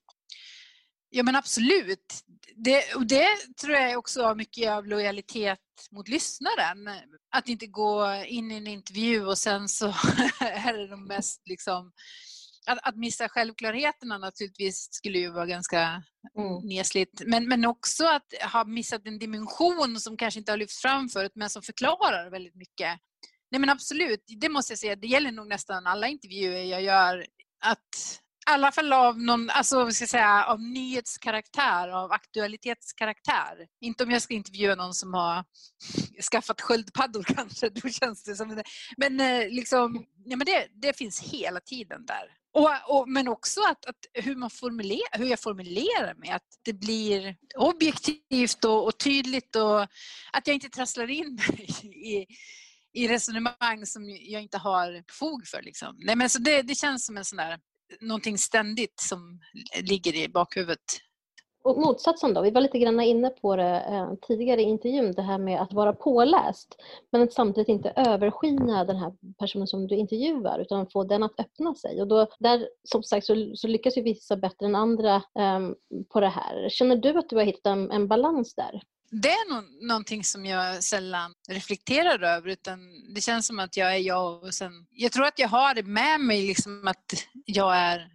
Ja, men absolut. Det, och det tror jag också har mycket av lojalitet mot lyssnaren. Att inte gå in i en intervju och sen så är det de mest liksom... Att, att missa självklarheterna naturligtvis skulle ju vara ganska mm. nesligt. Men, men också att ha missat en dimension som kanske inte har lyfts fram förut, men som förklarar väldigt mycket. Nej, men absolut, det måste jag säga. Det gäller nog nästan alla intervjuer jag gör. Att i alla fall av någon, alltså ska jag säga, av nyhetskaraktär, av aktualitetskaraktär. Inte om jag ska intervjua någon som har skaffat sköldpaddor kanske, då känns det som det. Men liksom, ja, men det, det finns hela tiden där. Och, och, men också att, att hur, man formulerar, hur jag formulerar mig, att det blir objektivt och, och tydligt, och att jag inte trasslar in mig i, i resonemang som jag inte har fog för. Liksom. Nej, men så det, det känns som en sån där, någonting ständigt som ligger i bakhuvudet. Och motsatsen då, vi var lite grann inne på det eh, tidigare i intervjun, det här med att vara påläst, men att samtidigt inte överskina den här personen som du intervjuar, utan få den att öppna sig. Och då, där som sagt så, så lyckas ju vissa bättre än andra eh, på det här. Känner du att du har hittat en, en balans där? Det är no- någonting som jag sällan reflekterar över, utan det känns som att jag är jag, och sen, jag tror att jag har det med mig, liksom att jag är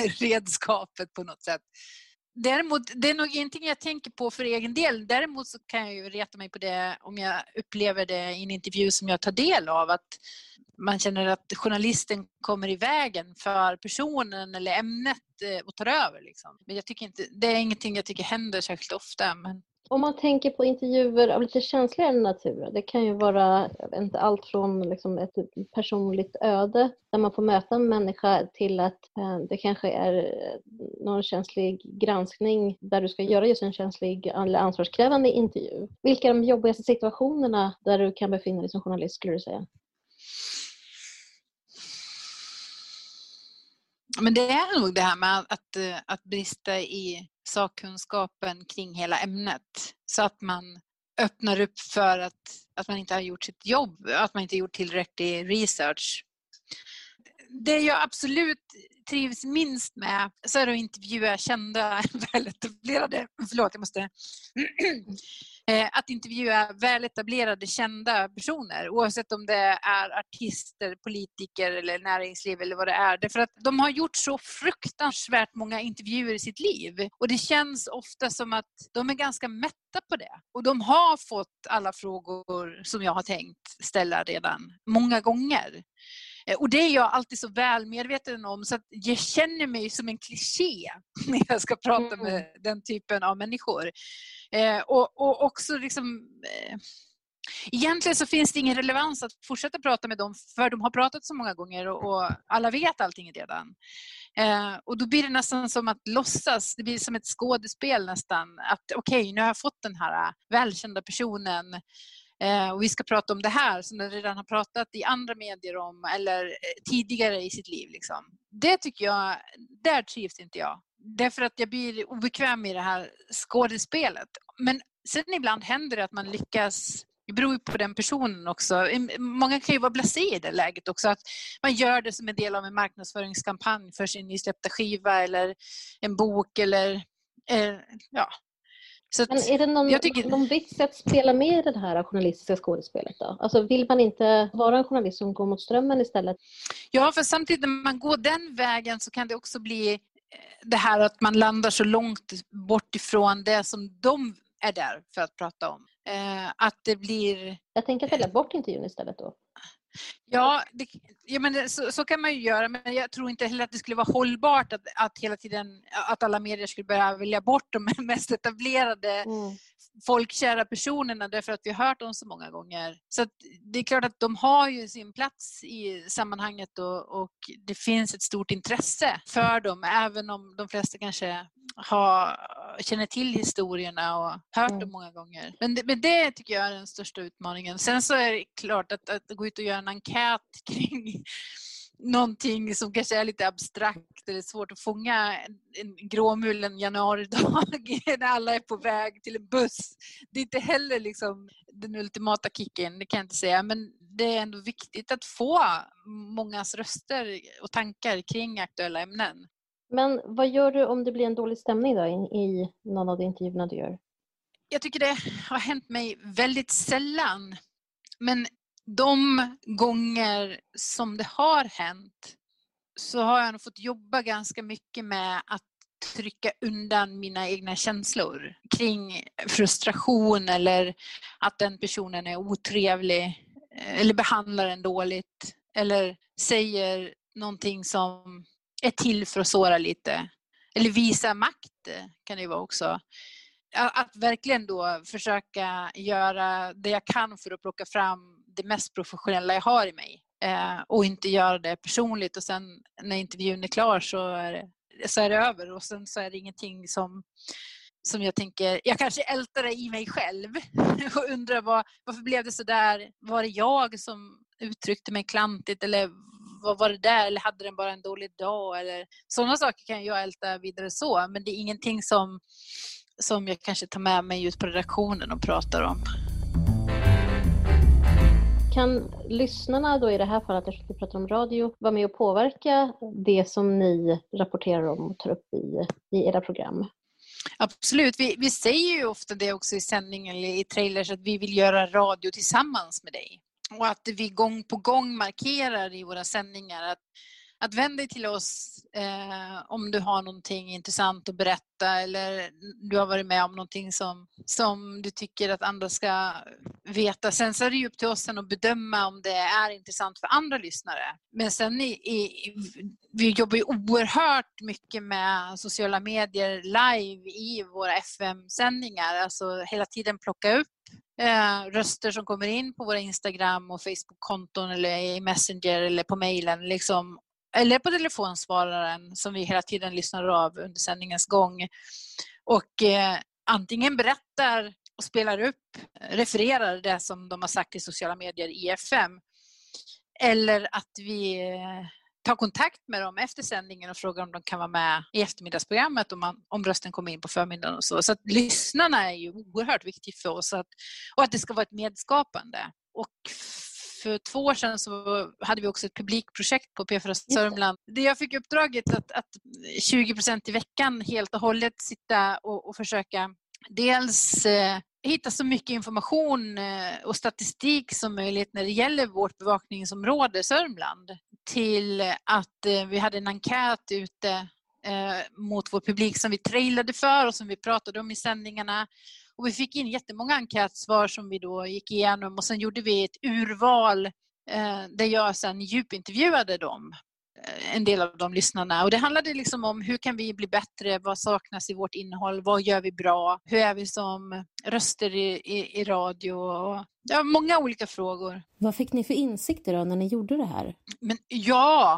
redskapet på något sätt. Däremot, det är nog ingenting jag tänker på för egen del. Däremot så kan jag ju reta mig på det om jag upplever det i en intervju som jag tar del av, att man känner att journalisten kommer i vägen för personen eller ämnet och tar över. Liksom. Men jag tycker inte, det är ingenting jag tycker händer särskilt ofta. Men... Om man tänker på intervjuer av lite känsligare natur, det kan ju vara inte allt från liksom ett personligt öde där man får möta en människa till att eh, det kanske är någon känslig granskning där du ska göra just en känslig eller ansvarskrävande intervju. Vilka är de jobbigaste situationerna där du kan befinna dig som journalist, skulle du säga? Men det är nog det här med att, att brista i sakkunskapen kring hela ämnet, så att man öppnar upp för att, att man inte har gjort sitt jobb, att man inte har gjort tillräcklig research. Det jag absolut trivs minst med så är det att intervjua kända, väletablerade, förlåt jag måste, att intervjua väletablerade kända personer, oavsett om det är artister, politiker eller näringsliv eller vad det är. Därför att de har gjort så fruktansvärt många intervjuer i sitt liv och det känns ofta som att de är ganska mätta på det. Och de har fått alla frågor som jag har tänkt ställa redan många gånger. Och det är jag alltid så väl medveten om så att jag känner mig som en kliché när jag ska prata med mm. den typen av människor. Eh, och, och också liksom... Eh, egentligen så finns det ingen relevans att fortsätta prata med dem för de har pratat så många gånger och, och alla vet allting redan. Eh, och då blir det nästan som att låtsas, det blir som ett skådespel nästan. Att okej, okay, nu har jag fått den här välkända personen eh, och vi ska prata om det här som de redan har pratat i andra medier om eller eh, tidigare i sitt liv. Liksom. Det tycker jag, där trivs inte jag. Därför att jag blir obekväm i det här skådespelet. Men sen ibland händer det att man lyckas. Det beror ju på den personen också. Många kan ju vara blasé i det läget också. Att man gör det som en del av en marknadsföringskampanj för sin nysläppta skiva eller en bok eller eh, ja. Så men är det någon, jag tycker... någon vits att spela med i det här journalistiska skådespelet då? Alltså vill man inte vara en journalist som går mot strömmen istället? Ja, för samtidigt när man går den vägen så kan det också bli det här att man landar så långt bort ifrån det som de är där för att prata om. Eh, att det blir... Jag tänker att välja bort intervjun istället då. Ja, det, ja men så, så kan man ju göra, men jag tror inte heller att det skulle vara hållbart att, att hela tiden att alla medier skulle börja välja bort de mest etablerade mm. folkkära personerna därför att vi har hört dem så många gånger. Så att det är klart att de har ju sin plats i sammanhanget och, och det finns ett stort intresse för dem, även om de flesta kanske har, känner till historierna och hört mm. dem många gånger. Men det, men det tycker jag är den största utmaningen. Sen så är det klart att, att gå ut och göra en enkät kring någonting som kanske är lite abstrakt eller svårt att fånga en gråmulen januaridag när alla är på väg till en buss. Det är inte heller liksom den ultimata kicken, det kan jag inte säga. Men det är ändå viktigt att få mångas röster och tankar kring aktuella ämnen. Men vad gör du om det blir en dålig stämning då i någon av de intervjuerna du gör? Jag tycker det har hänt mig väldigt sällan. Men de gånger som det har hänt så har jag nog fått jobba ganska mycket med att trycka undan mina egna känslor kring frustration eller att den personen är otrevlig eller behandlar en dåligt eller säger någonting som är till för att såra lite. Eller visa makt kan det ju vara också. Att verkligen då försöka göra det jag kan för att plocka fram det mest professionella jag har i mig. Eh, och inte göra det personligt. Och sen när intervjun är klar så är det, så är det över. Och sen så är det ingenting som, som jag tänker... Jag kanske ältar det i mig själv. Och undrar vad, varför blev det så där? Var det jag som uttryckte mig klantigt? Eller vad var det där? Eller hade den bara en dålig dag? Eller, sådana saker kan jag älta vidare så. Men det är ingenting som... som jag kanske tar med mig ut på redaktionen och pratar om. Kan lyssnarna då i det här fallet, eftersom vi pratar om radio, vara med och påverka det som ni rapporterar om och tar upp i, i era program? Absolut. Vi, vi säger ju ofta det också i sändningen eller i trailers att vi vill göra radio tillsammans med dig. Och att vi gång på gång markerar i våra sändningar att Att vända dig till oss eh, om du har någonting intressant att berätta eller du har varit med om någonting som, som du tycker att andra ska veta. Sen så är det ju upp till oss att bedöma om det är intressant för andra lyssnare. Men sen i, i, vi jobbar ju oerhört mycket med sociala medier live i våra F M-sändningar. Alltså hela tiden plocka upp Eh, röster som kommer in på våra Instagram och Facebook-konton eller i Messenger eller på mejlen liksom. Eller på telefonsvararen som vi hela tiden lyssnar av under sändningens gång. Och eh, antingen berättar och spelar upp, refererar det som de har sagt i sociala medier i F M. Eller att vi ta kontakt med dem efter sändningen och fråga om de kan vara med i eftermiddagsprogrammet om, man, om rösten kommer in på förmiddagen och så. Så att lyssnarna är ju oerhört viktigt för oss att, och att det ska vara ett medskapande. Och för två år sedan så hade vi också ett publikprojekt på P fyra Sörmland. Det jag fick uppdraget att, att tjugo procent i veckan helt och hållet sitta och, och försöka dels eh, hitta så mycket information eh, och statistik som möjligt när det gäller vårt bevakningsområde Sörmland. Till att eh, vi hade en enkät ute eh, mot vår publik som vi trailade för och som vi pratade om i sändningarna. Och vi fick in jättemånga enkätsvar som vi då gick igenom och sen gjorde vi ett urval eh, där jag sen djupintervjuade dem, eh, en del av de lyssnarna. Och det handlade liksom om hur kan vi bli bättre, vad saknas i vårt innehåll, vad gör vi bra, hur är vi som röster i, i, i radio och ja, många olika frågor. Vad fick ni för insikter då när ni gjorde det här? Men ja,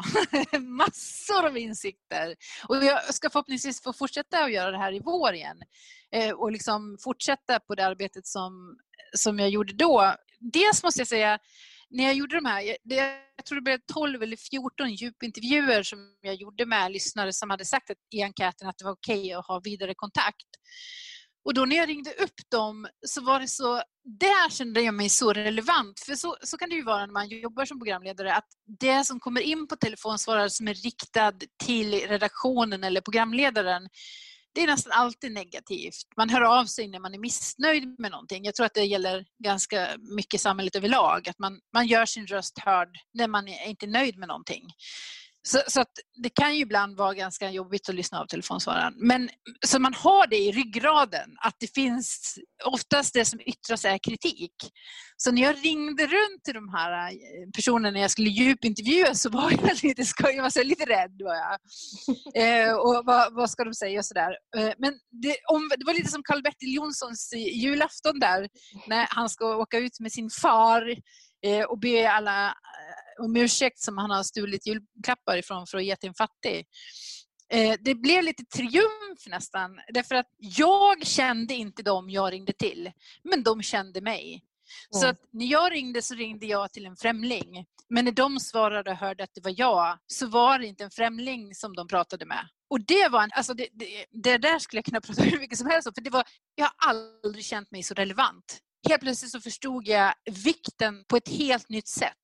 massor av insikter. Och jag ska förhoppningsvis få fortsätta att göra det här i vår igen. Eh, och liksom fortsätta på det arbetet som, som jag gjorde då. Dels måste jag säga, när jag gjorde de här, det, jag tror det blev tolv eller fjorton djupintervjuer som jag gjorde med lyssnare som hade sagt att, i enkäten att det var okej att ha vidare kontakt. Och då när jag ringde upp dem så var det så, där kände jag mig så relevant. För så, så kan det ju vara när man jobbar som programledare, att det som kommer in på telefonsvarare som är riktad till redaktionen eller programledaren, det är nästan alltid negativt. Man hör av sig när man är missnöjd med någonting. Jag tror att det gäller ganska mycket i samhället överlag. Att man, man gör sin röst hörd när man är inte nöjd med någonting. Så, så att det kan ju ibland vara ganska jobbigt att lyssna av telefonsvararen. Men så man har det i ryggraden, att det finns oftast det som yttras är kritik. Så när jag ringde runt till de här personerna när jag skulle djupintervjua så var jag lite, jag var så lite rädd. Var jag. eh, och vad, vad ska de säga och sådär. Eh, men det, om, det var lite som Karl-Bertil Jonssons julafton där, när han ska åka ut med sin far eh, och be alla om ursäkt som han har stulit julklappar ifrån för att ge till en fattig. Eh, det blev lite triumf nästan. Därför att jag kände inte dem jag ringde till. Men de kände mig. Mm. Så att när jag ringde så ringde jag till en främling. Men när de svarade och hörde att det var jag, så var det inte en främling som de pratade med. Och det var en, alltså det, det, det där skulle jag kunna prata hur mycket som helst om. För det var, jag har aldrig känt mig så relevant. Helt plötsligt så förstod jag vikten på ett helt nytt sätt.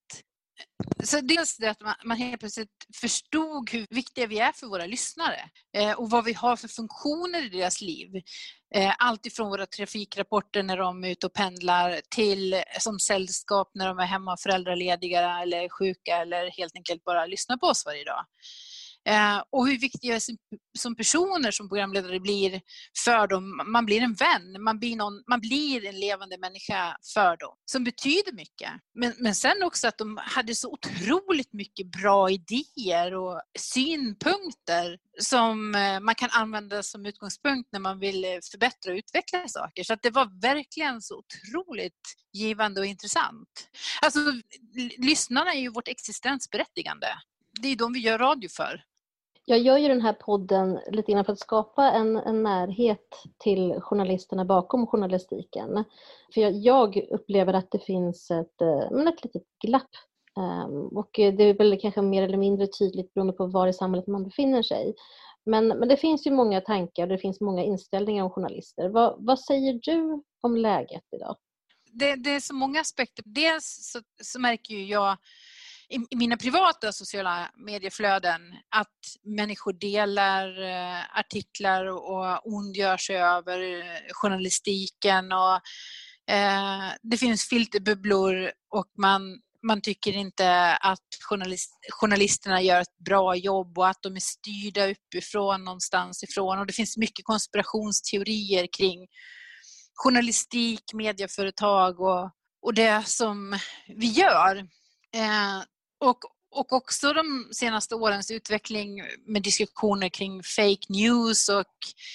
Så dels det att man, man helt plötsligt förstod hur viktiga vi är för våra lyssnare eh, och vad vi har för funktioner i deras liv. Eh, allt ifrån våra trafikrapporter när de är ute och pendlar till som sällskap när de är hemma föräldralediga eller sjuka eller helt enkelt bara lyssnar på oss varje dag. Eh, och hur viktiga som, som personer som programledare blir för dem. Man blir en vän, man blir, någon, man blir en levande människa för dem som betyder mycket. Men, men sen också att de hade så otroligt mycket bra idéer och synpunkter som eh, man kan använda som utgångspunkt när man vill förbättra och utveckla saker. Så att det var verkligen så otroligt givande och intressant. Alltså, l- lyssnarna är ju vårt existensberättigande. Det är de vi gör radio för. Jag gör ju den här podden lite grann för att skapa en, en närhet till journalisterna bakom journalistiken. För jag, jag upplever att det finns ett, ett litet glapp. Um, och det är väl kanske mer eller mindre tydligt beroende på var i samhället man befinner sig. Men, men det finns ju många tankar och det finns många inställningar om journalister. Vad, vad säger du om läget idag? Det, det är så många aspekter. Dels så, så märker ju jag i mina privata sociala medieflöden att människor delar eh, artiklar och ondgör sig över journalistiken och eh, det finns filterbubblor och man, man tycker inte att journalist, journalisterna gör ett bra jobb och att de är styrda uppifrån någonstans ifrån och det finns mycket konspirationsteorier kring journalistik, medieföretag och, och det som vi gör. Eh, Och, och också de senaste årens utveckling med diskussioner kring fake news och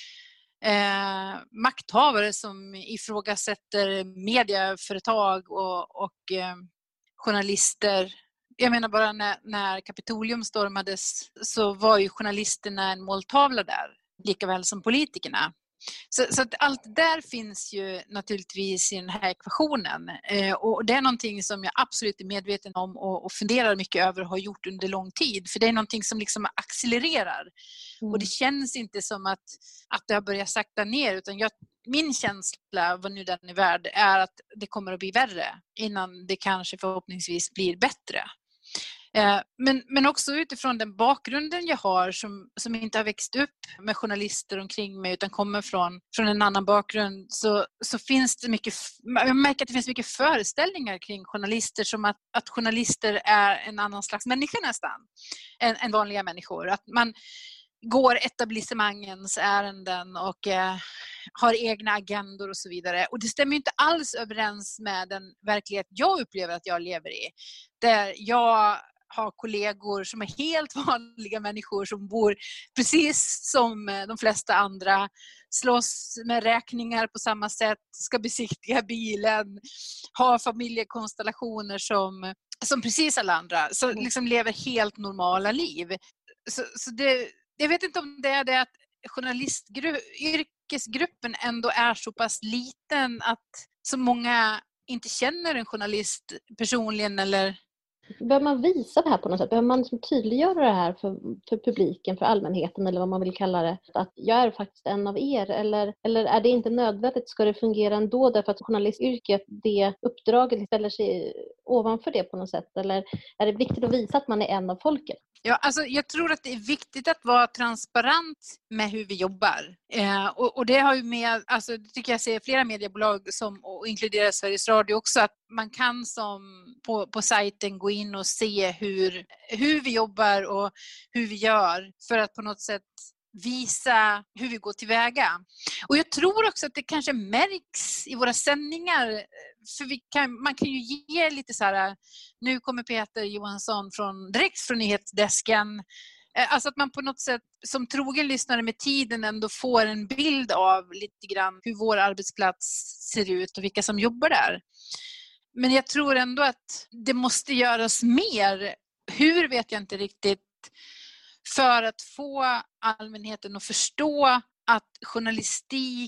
eh, makthavare som ifrågasätter medieföretag och, och eh, journalister. Jag menar bara när, när Kapitolium stormades så var ju journalisterna en måltavla där, lika väl som politikerna. Så, så att allt där finns ju naturligtvis i den här ekvationen. Eh, och det är någonting som jag absolut är medveten om och, och funderar mycket över och har gjort under lång tid. För det är någonting som liksom accelererar. Mm. Och det känns inte som att, att det har börjat sakta ner, utan jag, min känsla, vad nu den är värd, är att det kommer att bli värre innan det kanske förhoppningsvis blir bättre. Men, men också utifrån den bakgrunden jag har som, som inte har växt upp med journalister omkring mig utan kommer från, från en annan bakgrund, så, så finns det mycket, jag märker att det finns mycket föreställningar kring journalister som att, att journalister är en annan slags människa nästan än, än vanliga människor. Att man går etablissemangens ärenden och eh, har egna agendor och så vidare. Och det stämmer ju inte alls överens med den verklighet jag upplever att jag lever i. Där jag har kollegor som är helt vanliga människor som bor precis som de flesta andra, slåss med räkningar på samma sätt, ska besiktiga bilen, har familjekonstellationer som, som precis alla andra, så liksom lever helt normala liv. Så, så det, jag vet inte om det är det att journalistyrkesgruppen ändå är så pass liten att så många inte känner en journalist personligen, eller... Behöver man visa det här på något sätt? Behöver man liksom tydliggöra det här för, för publiken, för allmänheten eller vad man vill kalla det? Att jag är faktiskt en av er, eller, eller är det inte nödvändigt? Ska det fungera ändå därför att journalistyrket, det uppdraget ställer sig ovanför det på något sätt? Eller är det viktigt att visa att man är en av folket? Ja, alltså jag tror att det är viktigt att vara transparent med hur vi jobbar. Eh, och, och det har ju med, alltså det tycker jag ser flera mediebolag som, och inkluderar Sveriges Radio också, att man kan som på, på sajten gå in och se hur, hur vi jobbar och hur vi gör för att på något sätt visa hur vi går tillväga. Och jag tror också att det kanske märks i våra sändningar, för vi kan, man kan ju ge lite så här, nu kommer Peter Johansson från, direkt från nyhetsdesken, alltså att man på något sätt som trogen lyssnare med tiden ändå får en bild av lite grann hur vår arbetsplats ser ut och vilka som jobbar där. Men jag tror ändå att det måste göras mer. Hur vet jag inte riktigt, för att få allmänheten att förstå att journalistik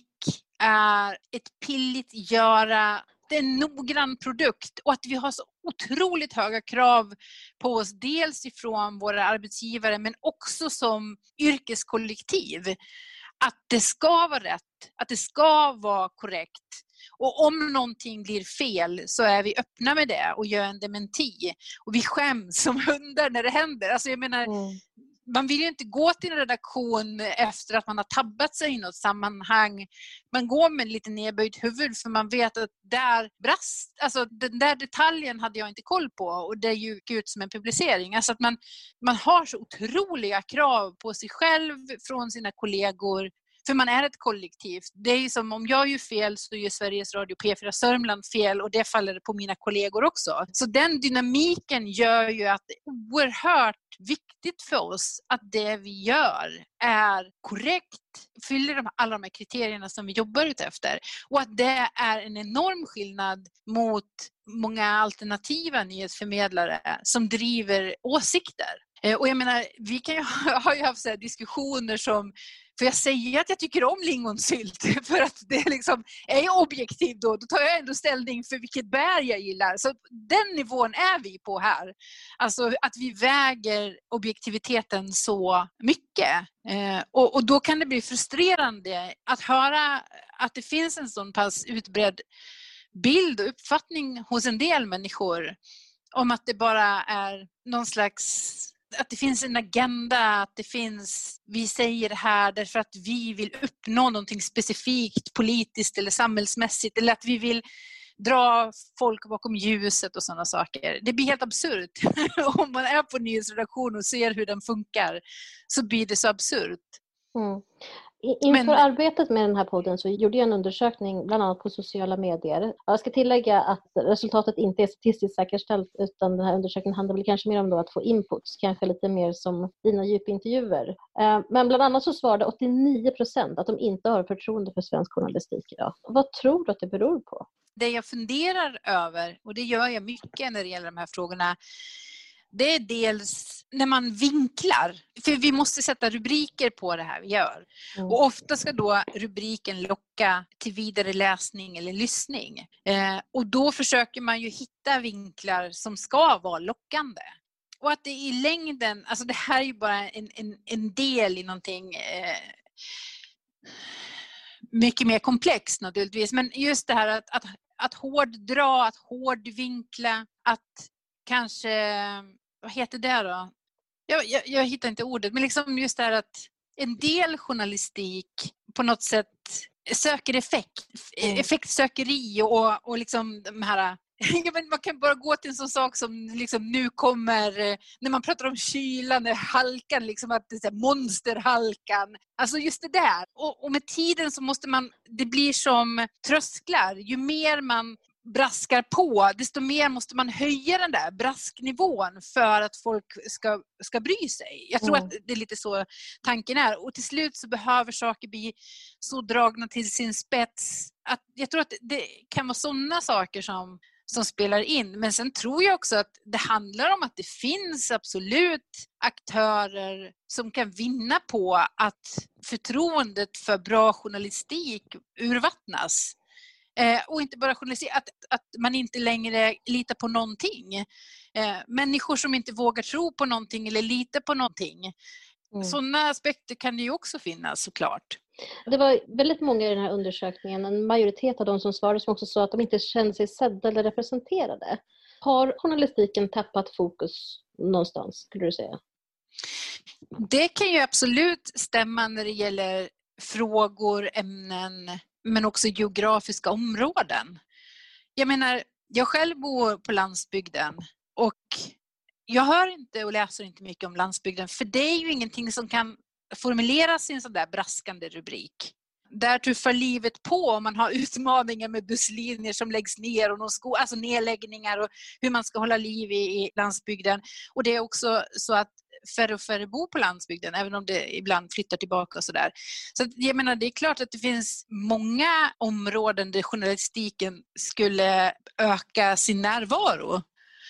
är ett pilligt göra, det är en noggrann produkt och att vi har så otroligt höga krav på oss, dels ifrån våra arbetsgivare men också som yrkeskollektiv. Att det ska vara rätt, att det ska vara korrekt. Och om någonting blir fel så är vi öppna med det och gör en dementi. Och vi skäms som hundar när det händer. Alltså jag menar, mm. man vill ju inte gå till en redaktion efter att man har tabbat sig i något sammanhang. Man går med lite nedböjt huvud för man vet att där brast, alltså den där detaljen hade jag inte koll på och det gick ut som en publicering. Alltså att man, man har så otroliga krav på sig själv från sina kollegor. För man är ett kollektiv. Det är ju som om jag gör fel så gör Sveriges Radio P fyra Sörmland fel och det faller på mina kollegor också. Så den dynamiken gör ju att det är oerhört viktigt för oss att det vi gör är korrekt, fyller de, alla de här kriterierna som vi jobbar ut efter. Och att det är en enorm skillnad mot många alternativa nyhetsförmedlare som driver åsikter. Och jag menar, vi kan ju ha ju haft så här diskussioner som, för jag säger att jag tycker om lingonsylt för att det liksom är objektivt då, då tar jag ändå ställning för vilket bär jag gillar. Så den nivån är vi på här. Alltså att vi väger objektiviteten så mycket. Eh, och, och då kan det bli frustrerande att höra att det finns en sån pass utbredd bild och uppfattning hos en del människor om att det bara är någon slags, att det finns en agenda, att det finns, vi säger det här därför att vi vill uppnå någonting specifikt politiskt eller samhällsmässigt, eller att vi vill dra folk bakom ljuset och sådana saker. Det blir helt absurt. Om man är på nyhetsredaktion och ser hur den funkar så blir det så absurt. Mm. Inför Men... arbetet med den här podden så gjorde jag en undersökning bland annat på sociala medier. Jag ska tillägga att resultatet inte är statistiskt säkerställt, utan den här undersökningen handlar väl kanske mer om då att få inputs, kanske lite mer som dina djupintervjuer. Men bland annat så svarade åttionio procent att de inte har förtroende för svensk journalistik idag. Vad tror du att det beror på? Det jag funderar över, och det gör jag mycket när det gäller de här frågorna, det är dels när man vinklar. För vi måste sätta rubriker på det här vi gör. Mm. Och ofta ska då rubriken locka till vidare läsning eller lyssning. Eh, och då försöker man ju hitta vinklar som ska vara lockande. Och att det i längden, alltså det här är ju bara en, en, en del i någonting eh, mycket mer komplext naturligtvis. Men just det här att, att, att hårddra, att hårdvinkla, att kanske, vad heter det då? Jag, jag, jag hittar inte ordet, men liksom just det här att en del journalistik på något sätt söker effekt, mm. effektsökeri och, och liksom de här, man kan bara gå till en sån sak som liksom nu kommer, när man pratar om kylan, halkan, liksom att det är monsterhalkan. Alltså just det där. Och, och med tiden så måste man, det blir som trösklar. Ju mer man braskar på, desto mer måste man höja den där brasknivån för att folk ska, ska bry sig. Jag tror mm. att det är lite så tanken är. Och till slut så behöver saker bli så dragna till sin spets. Att jag tror att det kan vara sådana saker som, som spelar in. Men sen tror jag också att det handlar om att det finns absolut aktörer som kan vinna på att förtroendet för bra journalistik urvattnas. Eh, och inte bara journalistik, att, att man inte längre litar på någonting. Eh, människor som inte vågar tro på någonting eller lita på någonting. Mm. Sådana aspekter kan det ju också finnas såklart. Det var väldigt många i den här undersökningen, en majoritet av de som svarade som också sa att de inte kände sig sedda eller representerade. Har journalistiken tappat fokus någonstans, skulle du säga? Det kan ju absolut stämma när det gäller frågor, ämnen, men också geografiska områden. Jag menar, jag själv bor på landsbygden och jag hör inte och läser inte mycket om landsbygden, för det är ju ingenting som kan formuleras i en sån där braskande rubrik. Där tuffar livet på om man har utmaningar med busslinjer som läggs ner och någon sko- alltså nedläggningar och hur man ska hålla liv i, i landsbygden. Och det är också så att färre och färre bor på landsbygden, även om det ibland flyttar tillbaka och sådär. Så att, jag menar, det är klart att det finns många områden där journalistiken skulle öka sin närvaro.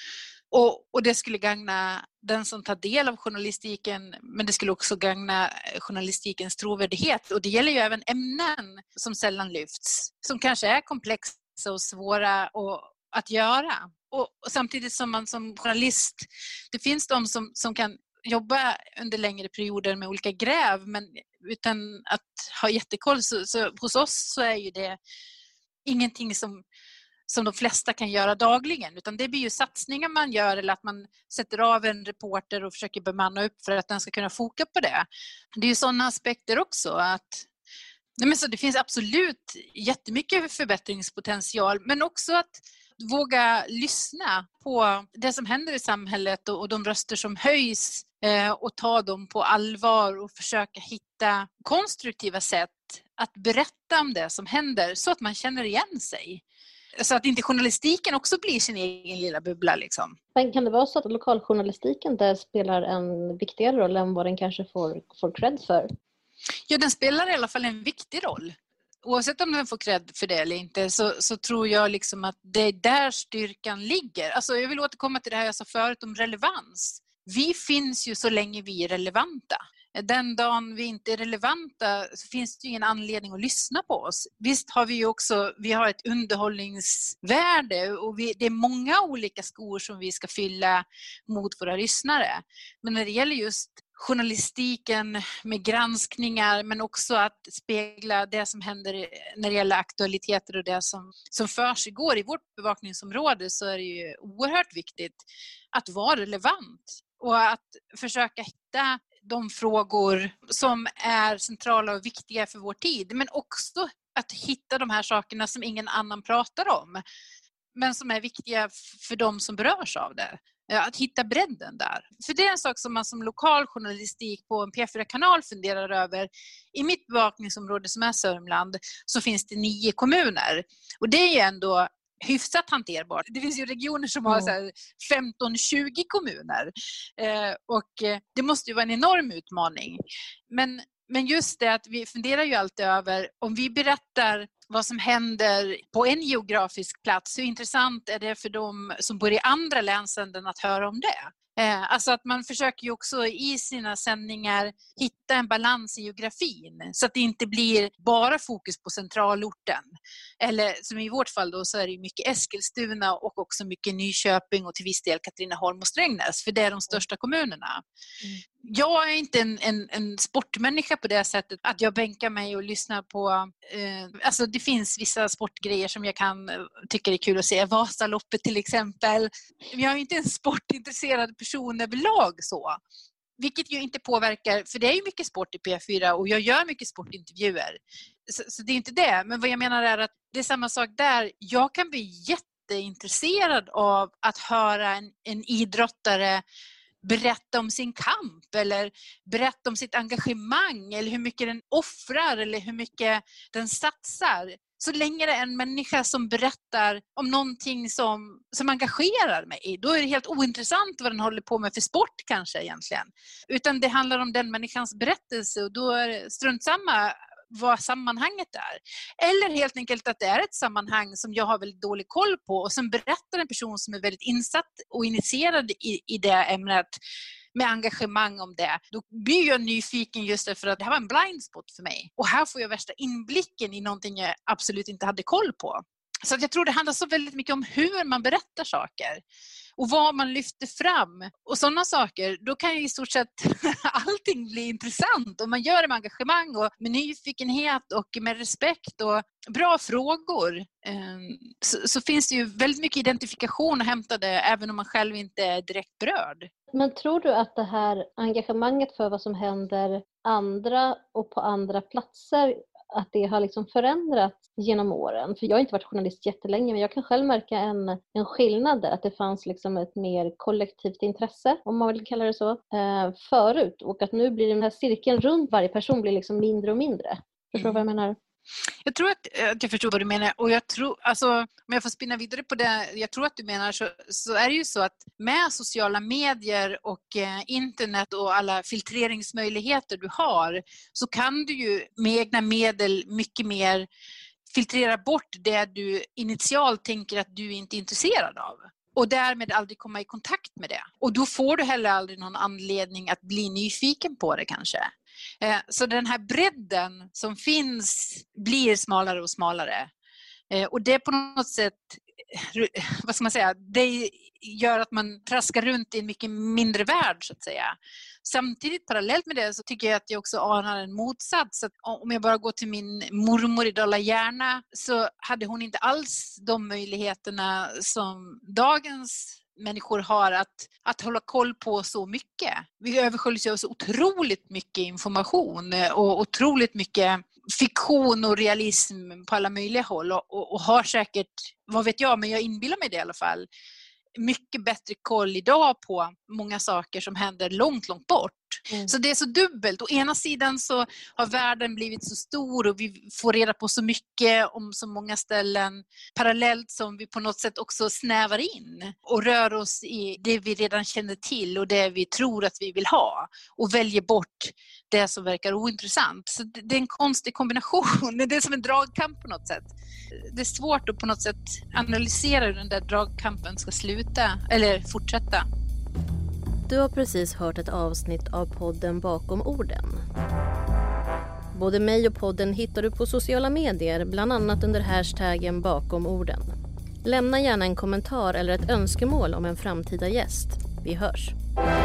Och, och det skulle gagna den som tar del av journalistiken, men det skulle också gagna journalistikens trovärdighet. Och det gäller ju även ämnen som sällan lyfts, som kanske är komplexa och svåra och, att göra. Och, och samtidigt som man som journalist, det finns de som, som kan jobba under längre perioder med olika gräv, men utan att ha jättekoll, så, så hos oss så är ju det ingenting som som de flesta kan göra dagligen, utan det blir ju satsningar man gör eller att man sätter av en reporter och försöker bemanna upp för att den ska kunna foka på det. Det är ju sådana aspekter också att nej men så det finns absolut jättemycket förbättringspotential, men också att våga lyssna på det som händer i samhället och, och de röster som höjs eh, och ta dem på allvar och försöka hitta konstruktiva sätt att berätta om det som händer så att man känner igen sig. Så att inte journalistiken också blir sin egen lilla bubbla liksom. Men kan det vara så att lokaljournalistiken där spelar en viktigare roll än vad den kanske får, får cred för? Ja, den spelar i alla fall en viktig roll. Oavsett om den får cred för det eller inte, så, så tror jag liksom att det är där styrkan ligger. Alltså jag vill återkomma till det här jag sa förut om relevans. Vi finns ju så länge vi är relevanta. Den dagen vi inte är relevanta så finns det ju ingen anledning att lyssna på oss. Visst har vi ju också, vi har ett underhållningsvärde och vi, det är många olika skor som vi ska fylla mot våra lyssnare. Men när det gäller just journalistiken med granskningar, men också att spegla det som händer när det gäller aktualiteter och det som, som förs igår i vårt bevakningsområde, så är det ju oerhört viktigt att vara relevant och att försöka hitta de frågor som är centrala och viktiga för vår tid, men också att hitta de här sakerna som ingen annan pratar om, men som är viktiga för de som berörs av det. Att hitta bredden där. För det är en sak som man som lokal journalistik på en P fyra-kanal funderar över. I mitt bevakningsområde som är Sörmland så finns det nio kommuner. Och det är ju ändå hyfsat hanterbart. Det finns ju regioner som har så här femton till tjugo kommuner. Eh, och eh, det måste ju vara en enorm utmaning. Men, men just det att vi funderar ju alltid över om vi berättar vad som händer på en geografisk plats. Hur intressant är det för de som bor i andra länsänden att höra om det? Eh, alltså att man försöker ju också i sina sändningar hitta en balans i geografin så att det inte blir bara fokus på centralorten. Eller som i vårt fall då så är det mycket Eskilstuna och också mycket Nyköping och till viss del Katrineholm och Strängnäs, för det är de största kommunerna. Mm. Jag är inte en, en, en sportmänniska på det sättet att jag bänkar mig och lyssnar på, eh, alltså det finns vissa sportgrejer som jag kan tycka är kul att se, Vasaloppet till exempel. Men jag är inte en sportintresserad person överlag så. Vilket ju inte påverkar, för det är ju mycket sport i P fyra och jag gör mycket sportintervjuer. Så, så det är inte det, men vad jag menar är att det är samma sak där. Jag kan bli jätteintresserad av att höra en, en idrottare berätta om sin kamp eller berätta om sitt engagemang eller hur mycket den offrar eller hur mycket den satsar. Så länge det är en människa som berättar om någonting som, som engagerar mig, då är det helt ointressant vad den håller på med för sport kanske egentligen. Utan det handlar om den människans berättelse och då är det strunt samma vad sammanhanget är. Eller helt enkelt att det är ett sammanhang som jag har väldigt dålig koll på och som berättar en person som är väldigt insatt och initierad i, i det ämnet med engagemang om det. Då blir jag nyfiken just därför att det här var en blind spot för mig. Och här får jag värsta inblicken i någonting jag absolut inte hade koll på. Så att jag tror det handlar så väldigt mycket om hur man berättar saker. Och vad man lyfter fram. Och sådana saker, då kan ju i stort sett allting bli intressant. Om man gör det med engagemang och med nyfikenhet och med respekt och bra frågor. Så, så finns det ju väldigt mycket identifikation att hämta det även om man själv inte är direkt berörd. Men tror du att det här engagemanget för vad som händer andra och på andra platser, att det har liksom förändrats genom åren? För jag har inte varit journalist jättelänge, men jag kan själv märka en, en skillnad där. Att det fanns liksom ett mer kollektivt intresse, om man vill kalla det så, eh, förut. Och att nu blir den här cirkeln runt varje person blir liksom mindre och mindre. Förstår du vad jag menar? Jag tror att, att jag förstår vad du menar och jag tror, alltså om jag får spinna vidare på det, jag tror att du menar så, så är det ju så att med sociala medier och eh, internet och alla filtreringsmöjligheter du har så kan du ju med egna medel mycket mer filtrera bort det du initialt tänker att du inte är intresserad av. Och därmed aldrig komma i kontakt med det. Och då får du heller aldrig någon anledning att bli nyfiken på det kanske. Så den här bredden som finns blir smalare och smalare. Och det på något sätt, vad ska man säga, det gör att man traskar runt i en mycket mindre värld så att säga. Samtidigt parallellt med det så tycker jag att jag också anar en motsats. Att om jag bara går till min mormor i Dala-Järna så hade hon inte alls de möjligheterna som dagens människor har att, att hålla koll på så mycket. Vi översköljs av så otroligt mycket information och otroligt mycket fiktion och realism på alla möjliga håll och, och, och har säkert, vad vet jag, men jag inbillar mig det i alla fall, mycket bättre koll idag på många saker som händer långt, långt bort. Mm. Så det är så dubbelt. Å ena sidan så har världen blivit så stor och vi får reda på så mycket om så många ställen parallellt som vi på något sätt också snävar in och rör oss i det vi redan känner till och det vi tror att vi vill ha och väljer bort det som verkar ointressant. Så det är en konstig kombination. Det är som en dragkamp på något sätt. Det är svårt att på något sätt analysera hur den där dragkampen ska sluta eller fortsätta. Du har precis hört ett avsnitt av podden Bakom orden. Både mig och podden hittar du på sociala medier, bland annat under hashtaggen Bakom orden. Lämna gärna en kommentar eller ett önskemål om en framtida gäst. Vi hörs!